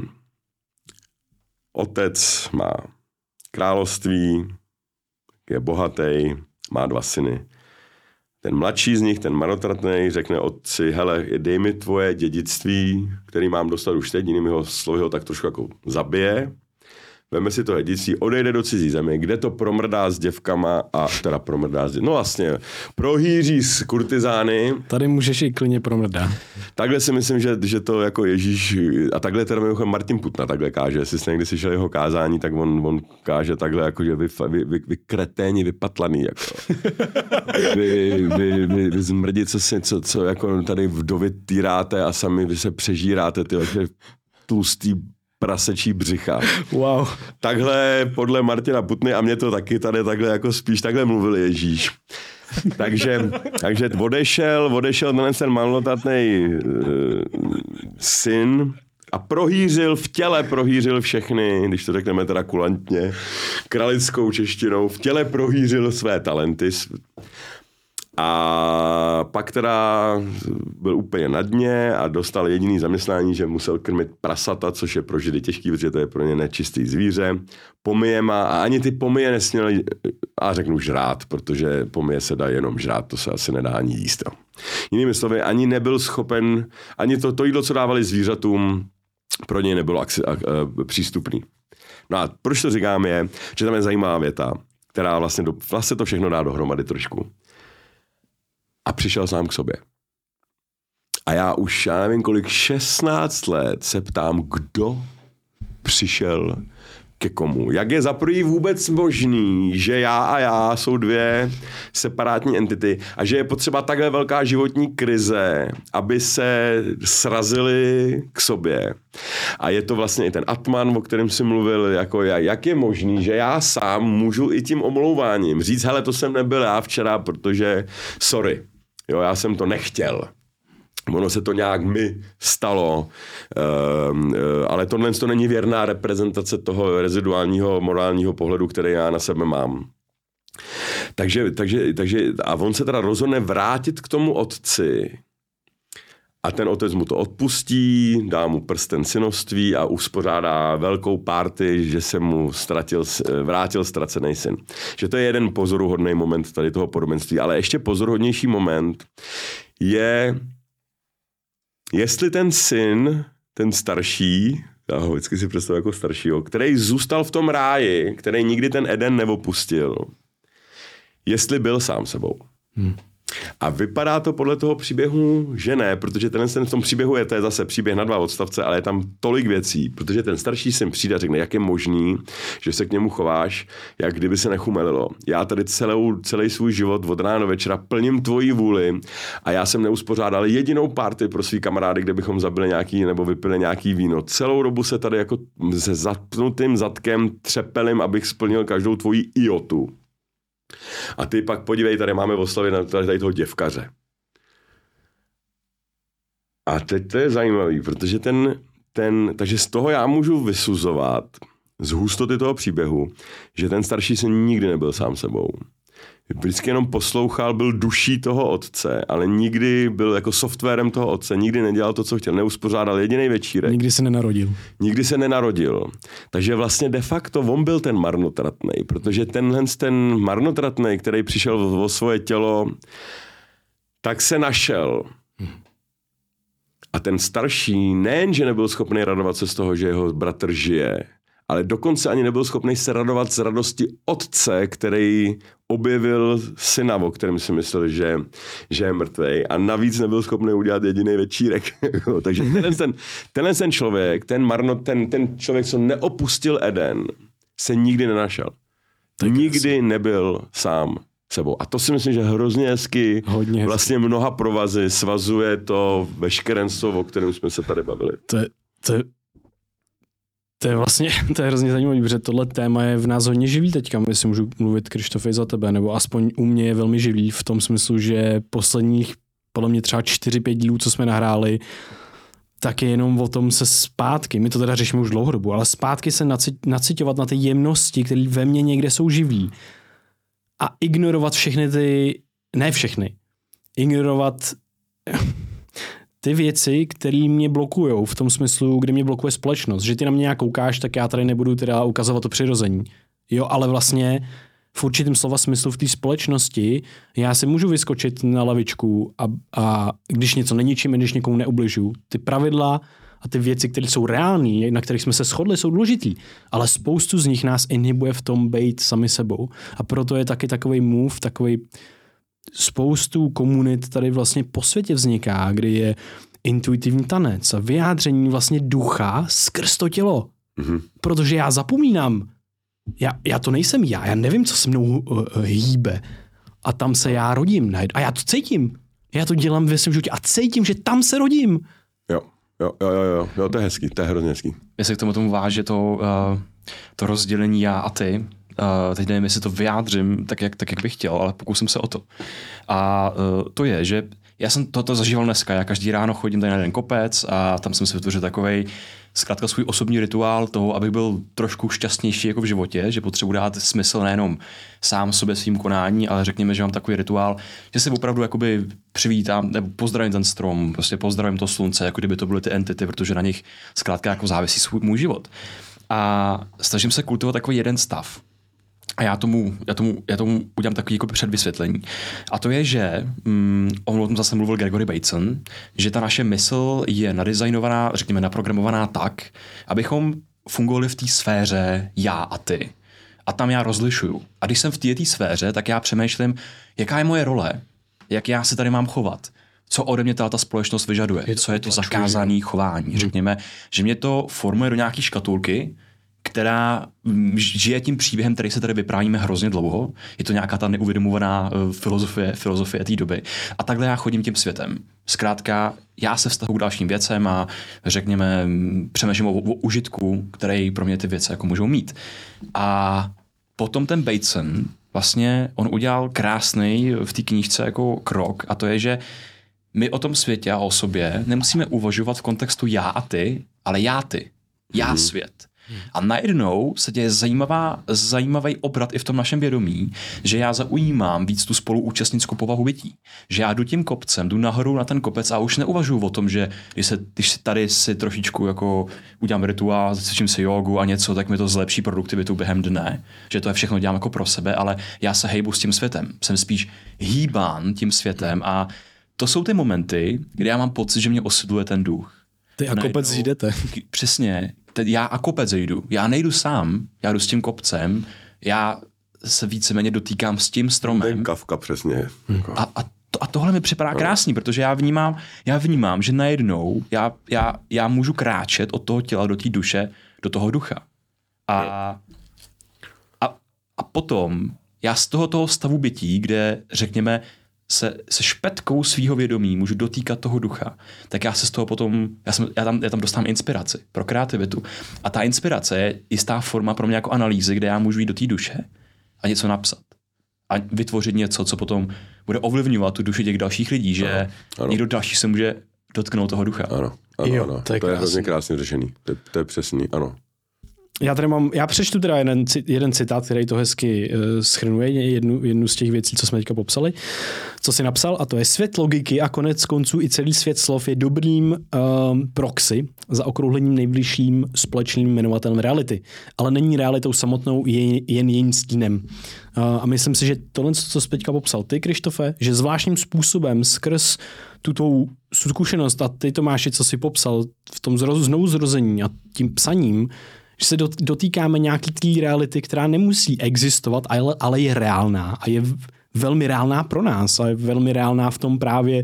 Otec má království, je bohatý, má dva syny. Ten mladší z nich, ten marnotratný, řekne otci, hele, dej mi tvoje dědictví, který mám dostat už teď, jinými slovy ho tak trošku jako zabije. Veme si to dědictví, odejde do cizí země, kde to promrdá s děvkama vlastně prohýří s kurtizány. Tady můžeš i klidně promrdat. Takhle si myslím, že to jako Ježíš, a takhle teda Martin Putna takhle káže, jestli jste někdy slyšeli jeho kázání, tak on káže takhle jako, že vy kreténi, vypatlaný, jako. vy zmrdí, co jako tady vdovy týráte a sami vy se přežíráte, ty tlustý prasečí břicha. Wow. Takhle podle Martina Putny a mě to taky tady takhle jako spíš takhle mluvil Ježíš. Takže odešel ten marnotratný syn a prohýřil všechny, když to řekneme teda kulantně, kralickou češtinou, v těle prohýřil své talenty. A pak teda byl úplně na dně a dostal jediný zaměstnání, že musel krmit prasata, což je pro Židy těžký, protože to je pro ně nečistý zvíře. Pomije má a ani ty pomije nesměli, a řeknu žrát, protože pomije se dá jenom žrát, to se asi nedá ani jíst. Jinými slovy, ani nebyl schopen, ani to jídlo, co dávali zvířatům, pro něj nebylo přístupný. No a proč to říkám je, že tam je zajímavá věta, která vlastně to všechno dá dohromady trošku. A přišel sám k sobě. A já nevím kolik, 16 let se ptám, kdo přišel ke komu. Jak je za první vůbec možný, že já a já jsou dvě separátní entity a že je potřeba takhle velká životní krize, aby se srazili k sobě. A je to vlastně i ten Atman, o kterém jsi mluvil, jako jak je možný, že já sám můžu i tím omlouváním říct, hele, to jsem nebyl já včera, protože sorry. Jo, já jsem to nechtěl. Ono se to nějak mi stalo, ale tohle to není věrná reprezentace toho reziduálního morálního pohledu, který já na sebe mám. Takže a on se teda rozhodne vrátit k tomu otci a ten otec mu to odpustí, dá mu prsten synovství a uspořádá velkou party, že se mu vrátil ztracený syn. Že to je jeden pozoruhodný moment tady toho podobenství, ale ještě pozoruhodnější moment je, jestli ten syn, ten starší, já ho vždycky si představuji jako staršího, který zůstal v tom ráji, který nikdy ten Eden neopustil, jestli byl sám sebou. A vypadá to podle toho příběhu, že ne, protože ten v tom příběhu to je zase příběh na 2 odstavce, ale je tam tolik věcí, protože ten starší syn přijde a řekne, jak je možný, že se k němu chováš, jak kdyby se nechumelilo. Já tady celý svůj život od rána do večera plním tvoji vůli a já jsem neuspořádal jedinou party pro svý kamarády, kde bychom zabili nějaký nebo vypili nějaký víno. Celou dobu se tady jako se zapnutým zadkem třepelím, abych splnil každou tvoji iotu. A ty pak podívej, tady máme v oslavě tady toho děvkaře. A teď to je zajímavý, protože takže z toho já můžu vysuzovat z hustoty toho příběhu, že ten starší syn nikdy nebyl sám sebou. Vždycky jenom poslouchal, byl duší toho otce, ale nikdy byl jako softwarem toho otce, nikdy nedělal to, co chtěl, neuspořádal jediný večírek. Nikdy se nenarodil. Takže vlastně de facto on byl ten marnotratnej, protože ten marnotratnej, který přišel o svoje tělo, tak se našel. A ten starší nejenže nebyl schopný radovat se z toho, že jeho bratr žije, ale dokonce ani nebyl schopný se radovat z radosti otce, který objevil syna, o kterém si myslel, že je mrtvej. A navíc nebyl schopný udělat jediný večírek. Takže ten člověk, ten člověk, co neopustil Eden, se nikdy nenašel. Nikdy nebyl sám sebou. A to si myslím, že hrozně hezky vlastně mnoha provazy svazuje to veškerenstvo, o kterém jsme se tady bavili. To je vlastně, to je hrozně zajímavé, protože tohle téma je v nás hodně živý teďka, jestli můžu mluvit, Krištofe, za tebe, nebo aspoň u mě je velmi živý v tom smyslu, že posledních, podle mě třeba 4-5 dílů, co jsme nahráli, tak je jenom o tom se zpátky, my to teda řešíme už dlouhodobu, ale zpátky se naciťovat na ty jemnosti, které ve mně někde jsou živý a ignorovat všechny ty, ne všechny, ignorovat ty věci, které mě blokujou v tom smyslu, kde mě blokuje společnost. Že ty na mě nějak koukáš, tak já tady nebudu teda ukazovat to přirození. Jo, ale vlastně v určitém slova smyslu v té společnosti já si můžu vyskočit na lavičku a když něco neničím, když někomu neubližuju. Ty pravidla a ty věci, které jsou reální, na kterých jsme se shodli, jsou důležitý. Ale spoustu z nich nás inhibuje v tom být sami sebou. A proto je taky takovej move, takovej spoustu komunit tady vlastně po světě vzniká, kdy je intuitivní tanec a vyjádření vlastně ducha skrz to tělo. Mm-hmm. Protože já zapomínám. Já to nejsem já nevím, co se mnou hýbe. A tam se já rodím. A já to cítím. Já to dělám ve svém životě a cítím, že tam se rodím. Jo, to je hezký, to je hrozně hezký. Jestli k tomu váže to rozdělení já a ty, teď nevím, jestli to vyjádřím tak, jak bych chtěl, ale pokusím se o to. A to je, že já jsem toto zažíval dneska, já každý ráno chodím tady na jeden kopec a tam jsem si vytvořil takovej zkrátka svůj osobní rituál toho, abych byl trošku šťastnější jako v životě, že potřebuji dát smysl nejenom sám sobě svým konání, ale řekněme, že mám takový rituál, že se opravdu jakoby přivítám nebo pozdravím ten strom, prostě pozdravím to slunce, jako kdyby to byly ty entity, protože na nich zkrátka jako závisí můj život. A snažím se kultivovat takový jeden stav. A já tomu udělám takový jako předvysvětlení. A to je, že, on o tom zase mluvil Gregory Bateson, že ta naše mysl je nadizajnovaná, řekněme naprogramovaná tak, abychom fungovali v té sféře já a ty. A tam já rozlišuju. A když jsem v této sféře, tak já přemýšlím, jaká je moje role, jak já se tady mám chovat, co ode mě ta společnost vyžaduje, co je to zakázané chování. Řekněme, že mě to formuje do nějaké škatulky, která žije tím příběhem, který se tady vyprávíme hrozně dlouho. Je to nějaká ta neuvědomovaná filozofie té doby. A takhle já chodím tím světem. Zkrátka, já se vztahuji k dalším věcem a řekněme, přemýšlím o užitku, který pro mě ty věci jako můžou mít. A potom ten Bateson, vlastně on udělal krásný v té knížce jako krok a to je, že my o tom světě a o sobě nemusíme uvažovat v kontextu já a ty, ale já ty. Já svět. A najednou se děje zajímavý obrat i v tom našem vědomí, že já zaujímám víc tu spoluúčastnickou povahu bytí. Že já jdu tím kopcem, jdu nahoru na ten kopec a už neuvažuji o tom, že když tady si trošičku jako udělám rituál, zacvičím si jogu a něco, tak mi to zlepší produktivitu během dne. Že to je všechno dělám jako pro sebe, ale já se hejbu s tím světem. Jsem spíš hýbán tím světem a to jsou ty momenty, kdy já mám pocit, že mě osidluje ten duch. Ty a kopec jdete. Přesně. Já a kopec jdu. Já nejdu sám, já jdu s tím kopcem, já se víceméně dotýkám s tím stromem. Ten Kafka přesně. A A tohle mi připadá krásný, protože já vnímám, že najednou já můžu kráčet od toho těla do té duše, do toho ducha. A potom já z toho stavu bytí, kde řekněme se špetkou svýho vědomí můžu dotýkat toho ducha, tak já se z toho potom, já tam dostávám inspiraci pro kreativitu. A ta inspirace je jistá forma pro mě jako analýzy, kde já můžu jít do té duše a něco napsat. A vytvořit něco, co potom bude ovlivňovat tu duši těch dalších lidí, že někdo další se může dotknout toho ducha. Ano. To je hrozně krásně řešený. To je přesný, ano. Já přečtu teda jeden citát, který to hezky shrnuje, jednu z těch věcí, co jsme teďka popsali, co jsi napsal, a to je: svět logiky a konec konců i celý svět slov je dobrým proxy za okrouhlením nejbližším společným jmenovatelem reality, ale není realitou samotnou, jen jejím stínem. A myslím si, že tohle, co jsi teďka popsal ty, Krištofe, že zvláštním způsobem skrz tuto zkušenost a ty, Tomáši, co jsi popsal v tom znovuzrození a tím psaním, že se dotýkáme nějaký té reality, která nemusí existovat, ale je reálná a je velmi reálná pro nás a je velmi reálná v tom právě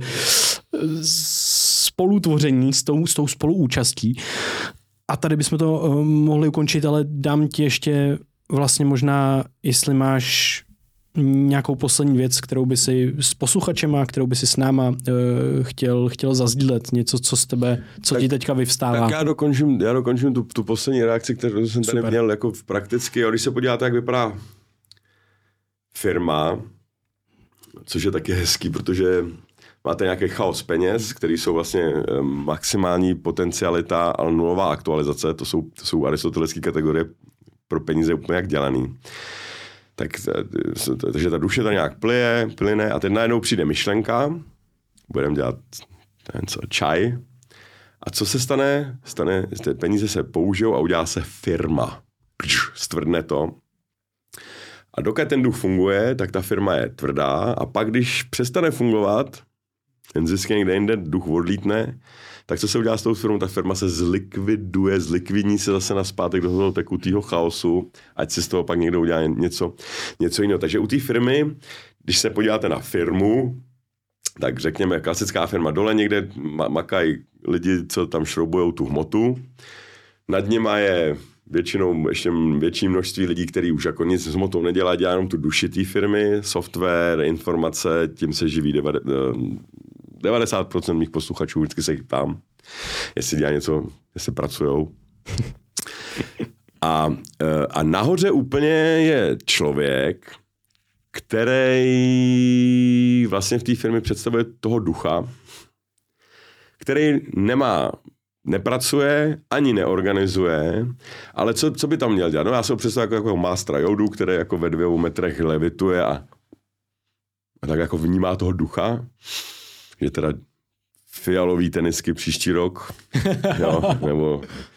spolutvoření s tou spoluúčastí. A tady bychom to mohli ukončit, ale dám ti ještě vlastně možná, jestli máš nějakou poslední věc, kterou by si s posluchačema, kterou by si s náma chtěl zazdílet, něco, co z tebe, co ti teďka vyvstává. Tak já dokončím tu poslední reakci, kterou jsem tady měl jako prakticky. Když se podíváte, jak vypadá firma, což je taky hezký, protože máte nějaký chaos peněz, který jsou vlastně maximální potencialita, ale nulová aktualizace. To jsou aristotelecké kategorie pro peníze úplně jak dělaný. Takže ta duše tam nějak plyne a teď najednou přijde myšlenka, budeme dělat čaj. A co se stane? Ty peníze se použijou a udělá se firma. Stvrdne to. A dokud ten duch funguje, tak ta firma je tvrdá a pak, když přestane fungovat, ten zisk někde jinde, duch odlítne, tak co se udělá s tou firmou? Ta firma se zlikvidní se zase naspátek do toho tekutýho chaosu, ať si z toho pak někdo udělá něco jiného. Takže u té firmy, když se podíváte na firmu, tak řekněme klasická firma, dole někde makají lidi, co tam šroubujou tu hmotu, nad nima je většinou ještě větší množství lidí, kteří už jako nic s hmotou nedělají, dělají jenom tu duši té firmy, software, informace, tím se živí 90% mých posluchačů, vždycky se jich ptám, jestli dělá něco, jestli pracujou. A nahoře úplně je člověk, který vlastně v té firmě představuje toho ducha, který nepracuje, ani neorganizuje, ale co by tam měl dělat? No já se ho představuji jako mástra Joudu, který jako ve 2 metrech levituje a tak jako vnímá toho ducha, že teda fialový tenisky příští rok, jo, nebo...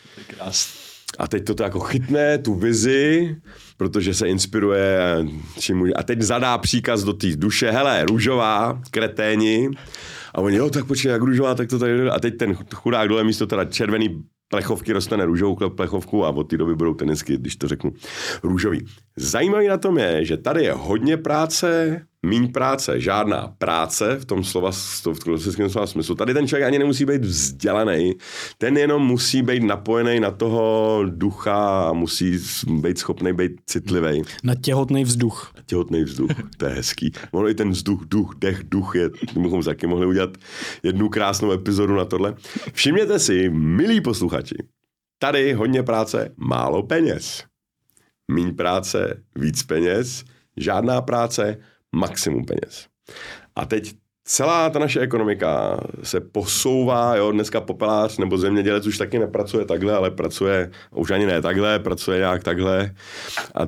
A teď to jako chytne, tu vizi, protože se inspiruje a teď zadá příkaz do té duše, hele, růžová, kreténi, a oni, jo, tak počkej, jak růžová, tak to tady... A teď ten chudák dole místo teda červený plechovky dostane růžovou plechovku a od té doby budou tenisky, když to řeknu, růžový. Zajímavý na tom je, že tady je hodně práce, míň práce, žádná práce v tom klasickém slova smyslu. Tady ten člověk ani nemusí být vzdělaný, ten jenom musí být napojený na toho ducha a musí být schopný být citlivý. Na těhotný vzduch. To je hezký. Ono i ten vzduch, duch je, bychom taky mohli udělat jednu krásnou epizodu na tohle. Všimněte si, milí posluchači, tady hodně práce, málo peněz. Míň práce, víc peněz, žádná práce, maximum peněz. A teď celá ta naše ekonomika se posouvá, jo, dneska popelář nebo zemědělec už taky nepracuje takhle, ale pracuje, už ani ne takhle, pracuje nějak takhle. A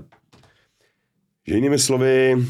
jinými slovy,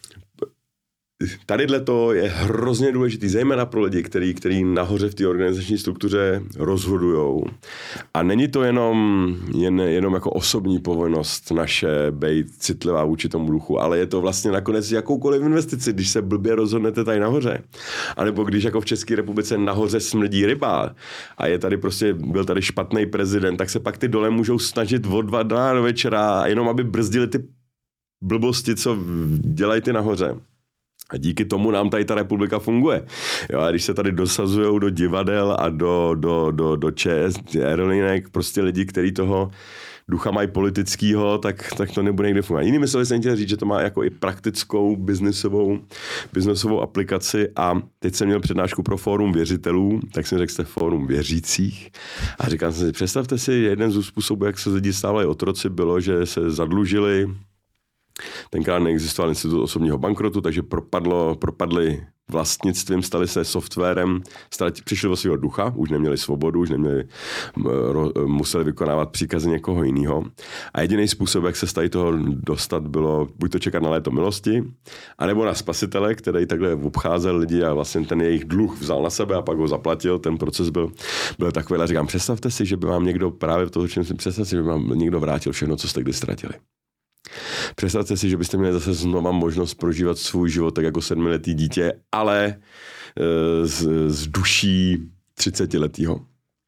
tadyhle to je hrozně důležitý, zejména pro lidi, kteří nahoře v té organizační struktuře rozhodujou. A není to jenom jako osobní povinnost naše být citlivá vůči tomu duchu, ale je to vlastně nakonec jakoukoliv investici, když se blbě rozhodnete tady nahoře. A nebo když jako v České republice nahoře smrdí ryba a byl tady špatný prezident, tak se pak ty dole můžou snažit od 2 do večera, jenom aby brzdili ty blbosti, co dělají ty nahoře. A díky tomu nám tady ta republika funguje. Jo, a když se tady dosazujou do divadel a do ČS, aerolinek, prostě lidi, kteří toho ducha mají politickýho, tak to nebude někde fungovat. Jinými slovy jsem chtěl říct, že to má jako i praktickou biznesovou aplikaci a teď jsem měl přednášku pro fórum věřitelů, tak jsem řekl, jste fórum věřících a říkal jsem si, představte si, jeden z způsobů, jak se lidi stávali otroci, bylo, že se zadlužili. Tenkrát neexistoval institut osobního bankrotu, takže propadli vlastnictvím, stali se softwarem, přišli o svého ducha, už neměli svobodu, museli vykonávat příkazy někoho jiného. A jediný způsob, jak se z toho dostat, bylo buď to čekat na léto milosti, anebo na spasitele, který takhle obcházel lidi a vlastně ten jejich dluh vzal na sebe a pak ho zaplatil. Ten proces byl takový. A říkám, představte si, že by vám někdo právě to, čím si představte si, že by vám někdo vrátil všechno, co jste kdy ztratili. Představte si, že byste měli zase znova možnost prožívat svůj život tak jako 7letý dítě, ale z duší 30letýho.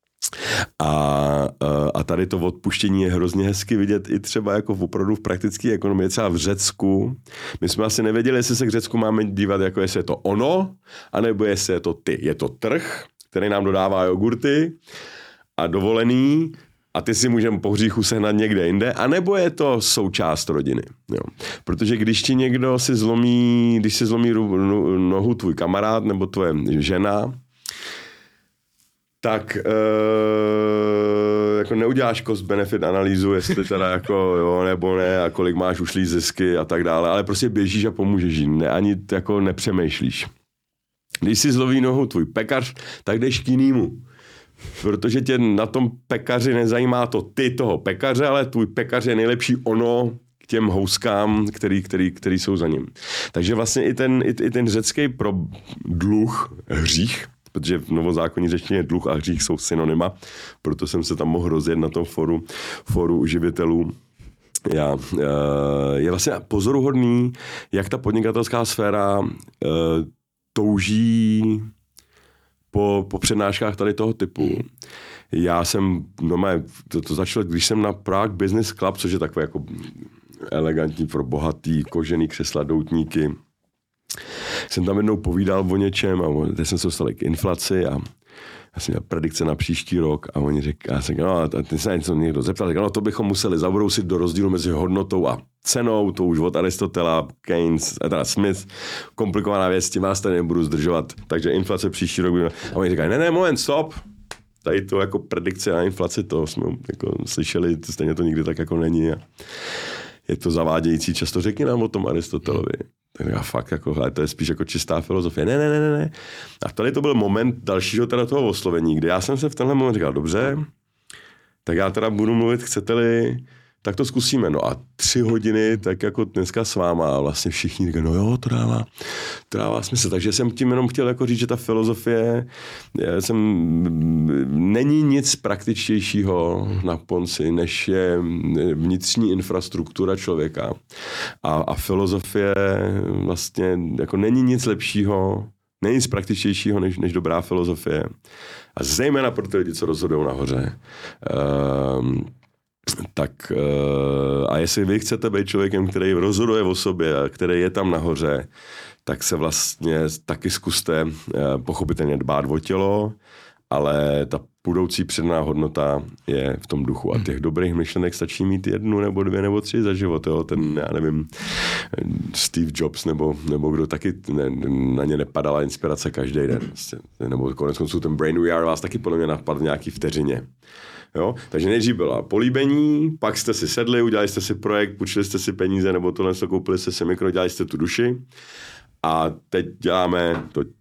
A tady to odpuštění je hrozně hezky vidět i třeba jako opravdu v praktické ekonomii, třeba v Řecku. My jsme asi nevěděli, jestli se k Řecku máme dívat, jako jestli je to ono, anebo jestli je to ty. Je to trh, který nám dodává jogurty a dovolený, a ty si můžeme po hříchu sehnat někde jinde, anebo je to součást rodiny. Jo. Protože když ti někdo si zlomí nohu tvůj kamarád nebo tvoje žena, tak jako neuděláš cost-benefit analýzu, jestli teda jako jo nebo ne a kolik máš ušlý zisky a tak dále, ale prostě běžíš a pomůžeš jí, ani jako nepřemýšlíš. Když si zlomí nohu tvůj pekař, tak jdeš k jinému. Protože tě na tom pekaři nezajímá to ty toho pekaře, ale tvůj pekař je nejlepší ono k těm houskám, který jsou za ním. Takže vlastně i ten řecký dluh, hřích, protože v novozákonní řečtině dluh a hřích jsou synonyma, proto jsem se tam mohl rozjet na tom fóru uživitelů. Je vlastně pozoruhodný, jak ta podnikatelská sféra touží po přednáškách tady toho typu. Já jsem to začal, když jsem na Prague Business Club, což je takové jako elegantní pro bohatý kožený křesla, doutníky. Jsem tam jednou povídal o něčem a teď jsem se dostal k inflaci a já jsem měl predikce na příští rok a oni říkají, no, ty se něco někdo zeptal, no, to bychom museli zabrousit do rozdílu mezi hodnotou a cenou, to už od Aristotela, Keynes, teda Smith, komplikovaná věc, tím vás tady nebudu zdržovat, takže inflace příští rok. A oni říkají, ne, moment, stop, tady to jako predikce na inflaci, to jsme jako slyšeli, stejně to nikdy tak jako není. A je to zavádějící, často řekni nám o tom Aristotelovi. Tak já fakt, jako, ale to je spíš jako čistá filozofie. Ne. A tady to byl moment dalšího teda toho oslovení, kde já jsem se v tenhle moment říkal, dobře, tak já teda budu mluvit, chcete-li, tak to zkusíme. No a 3 hodiny, tak jako dneska s váma a vlastně všichni říkají, no jo, to dává smysl. Takže jsem tím jenom chtěl jako říct, že ta filozofie není nic praktičtějšího na konci, než je vnitřní infrastruktura člověka. A filozofie vlastně jako není nic lepšího, není nic praktičtějšího než dobrá filozofie. A zejména pro ty lidi, co rozhodují nahoře. Tak a jestli vy chcete být člověkem, který rozhoduje o sobě a který je tam nahoře, tak se vlastně taky zkuste pochopitelně dbát o tělo, ale ta budoucí předná hodnota je v tom duchu. A těch dobrých myšlenek stačí mít 1 nebo 2 nebo 3 za život. Jo? Ten, já nevím, Steve Jobs nebo kdo taky na ně nepadala inspirace každý den. Nebo konec konců ten Brain VR vás taky podle mě napadl v nějaký vteřině. Jo? Takže nejdřív byla políbení, pak jste si sedli, udělali jste si projekt, půjčili jste si peníze nebo tohle, koupili jste si mikro, dělali jste tu duši a teď děláme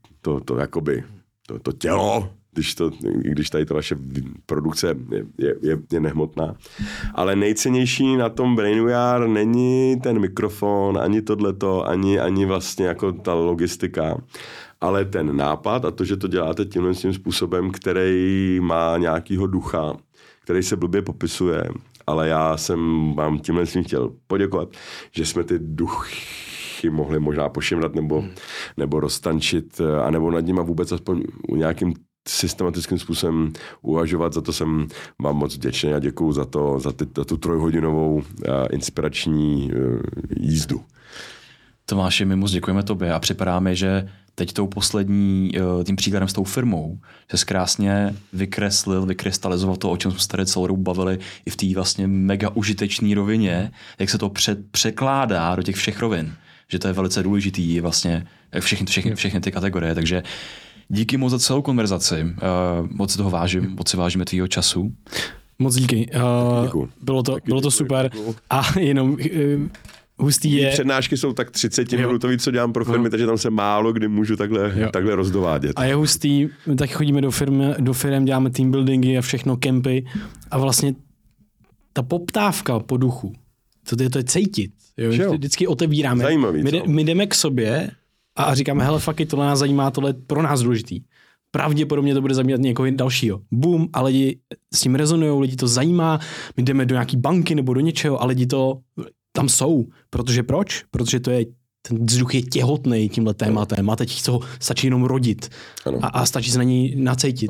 to tělo, když tady ta vaše produkce je nehmotná. Ale nejcennější na tom BrainVR není ten mikrofon, ani tohleto, ani vlastně jako ta logistika, ale ten nápad a to, že to děláte tímhle tím způsobem, který má nějakýho ducha, který se blbě popisuje, ale já jsem vám tímhle tím chtěl poděkovat, že jsme ty duchy mohli možná pošimrat nebo roztančit, anebo nad nima vůbec aspoň nějakým systematickým způsobem uvažovat. Za to jsem vám moc vděčný a děkuju za tu 3hodinovou inspirační jízdu. Tomáši, my moc děkujeme tobě a připadáme, že teď tím příkladem s tou firmou, že jsi krásně vykrystalizoval to, o čem jsme se tady celou dobu bavili, i v té vlastně mega užitečné rovině, jak se to překládá do těch všech rovin. Že to je velice důležitý vlastně všechny ty kategorie, takže díky moc za celou konverzaci, moc si toho vážím, moc si vážíme tvýho času. Moc díky, bylo to super a jenom hustý je... Přednášky jsou tak 30 minutový, co dělám pro firmy, takže tam se málo kdy můžu takhle rozdovádět. A je hustý, tak chodíme do firm, děláme team buildingy a všechno, kempy a vlastně ta poptávka po duchu, to je cítit. Jo? Vždycky otevíráme. Zajímavý, my jdeme k sobě a říkáme, hele, fuck it, tohle nás zajímá, tohle je pro nás důležitý. Pravděpodobně to bude zajímat někoho dalšího. Boom, a lidi s tím rezonujou, lidi to zajímá, my jdeme do nějaký banky nebo do něčeho a lidi to tam jsou. Protože proč? Protože ten vzduch je těhotnej tímhle tématem a teď to stačí jenom rodit. A stačí se na ní nacítit.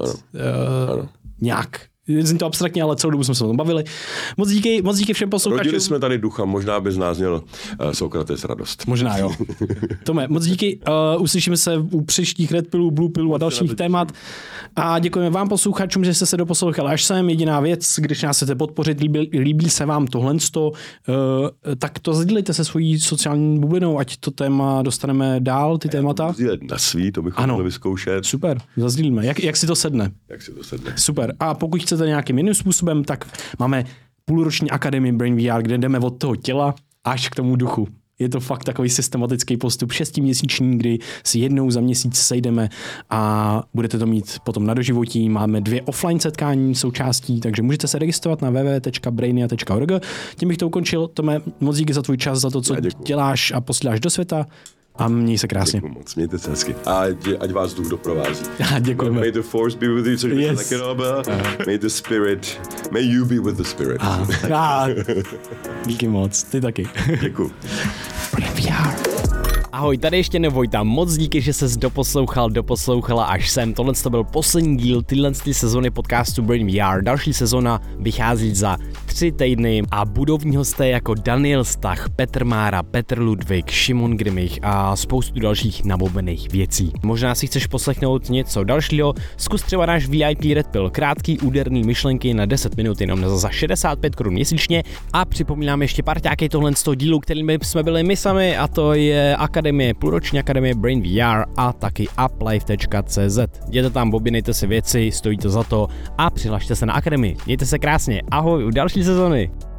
Nějak. Zní to abstraktně, ale celou dobu jsme se o tom bavili. Moc díky všem posluchačům. Rodili jsme tady ducha, možná by z nás měl Sokrates radost. Možná jo. Tome, moc díky. Uslyšíme se u příštích Red Pillů, Blue Pillů a dalších témat. A děkujeme vám posluchačům, že jste se doposlouchali až sem. Jediná věc, když nás chcete podpořit, líbí se vám tohle, tak to sdílejte se svojí sociální bublinou, ať to téma dostaneme dál, ty témata. Na svý, to bychom mohli vyzkoušet. Super, zazdílíme. Jak si to sedne? Super. A pokud chcete nějakým jiným způsobem, tak máme půlroční akademii Brain VR, kde jdeme od toho těla až k tomu duchu. Je to fakt takový systematický postup 6měsíční, kdy si jednou za měsíc sejdeme a budete to mít potom na doživotí. Máme 2 offline setkání součástí, takže můžete se registrovat na www.brainia.org. Tím bych to ukončil. Tome, moc díky za tvůj čas, za to, co děláš a posíláš do světa. A měj se krásně. Děkuji moc, mějte se hezky. A ať vás duch doprovází. Děkujeme. May the force be with you, což bych taky robil. May the spirit, may you be with the spirit. Díky moc, ty taky. Děkuji. Ahoj, tady ještě Nevojta, moc díky, že ses doposlouchala až sem. Tohle to byl poslední díl tyhle sezóny podcastu Brain VR. Další sezóna vychází za 3 týdny a budou v ní hosté jako Daniel Stach, Petr Mára, Petr Ludvík, Šimon Grimich a spoustu dalších nabobených věcí. Možná si chceš poslechnout něco dalšího, zkus třeba náš VIP Red Pill, krátký úderný myšlenky na 10 minut jenom za 65 Kč měsíčně a připomínám ještě parťáky tohle z toho dílu, kterými jsme byli my sami, a to je půlroční akademie Brain VR a taky uplife.cz. Jděte tam, objednejte si věci, stojí to za to a přihlašte se na akademii. Mějte se krásně, ahoj u další sezony.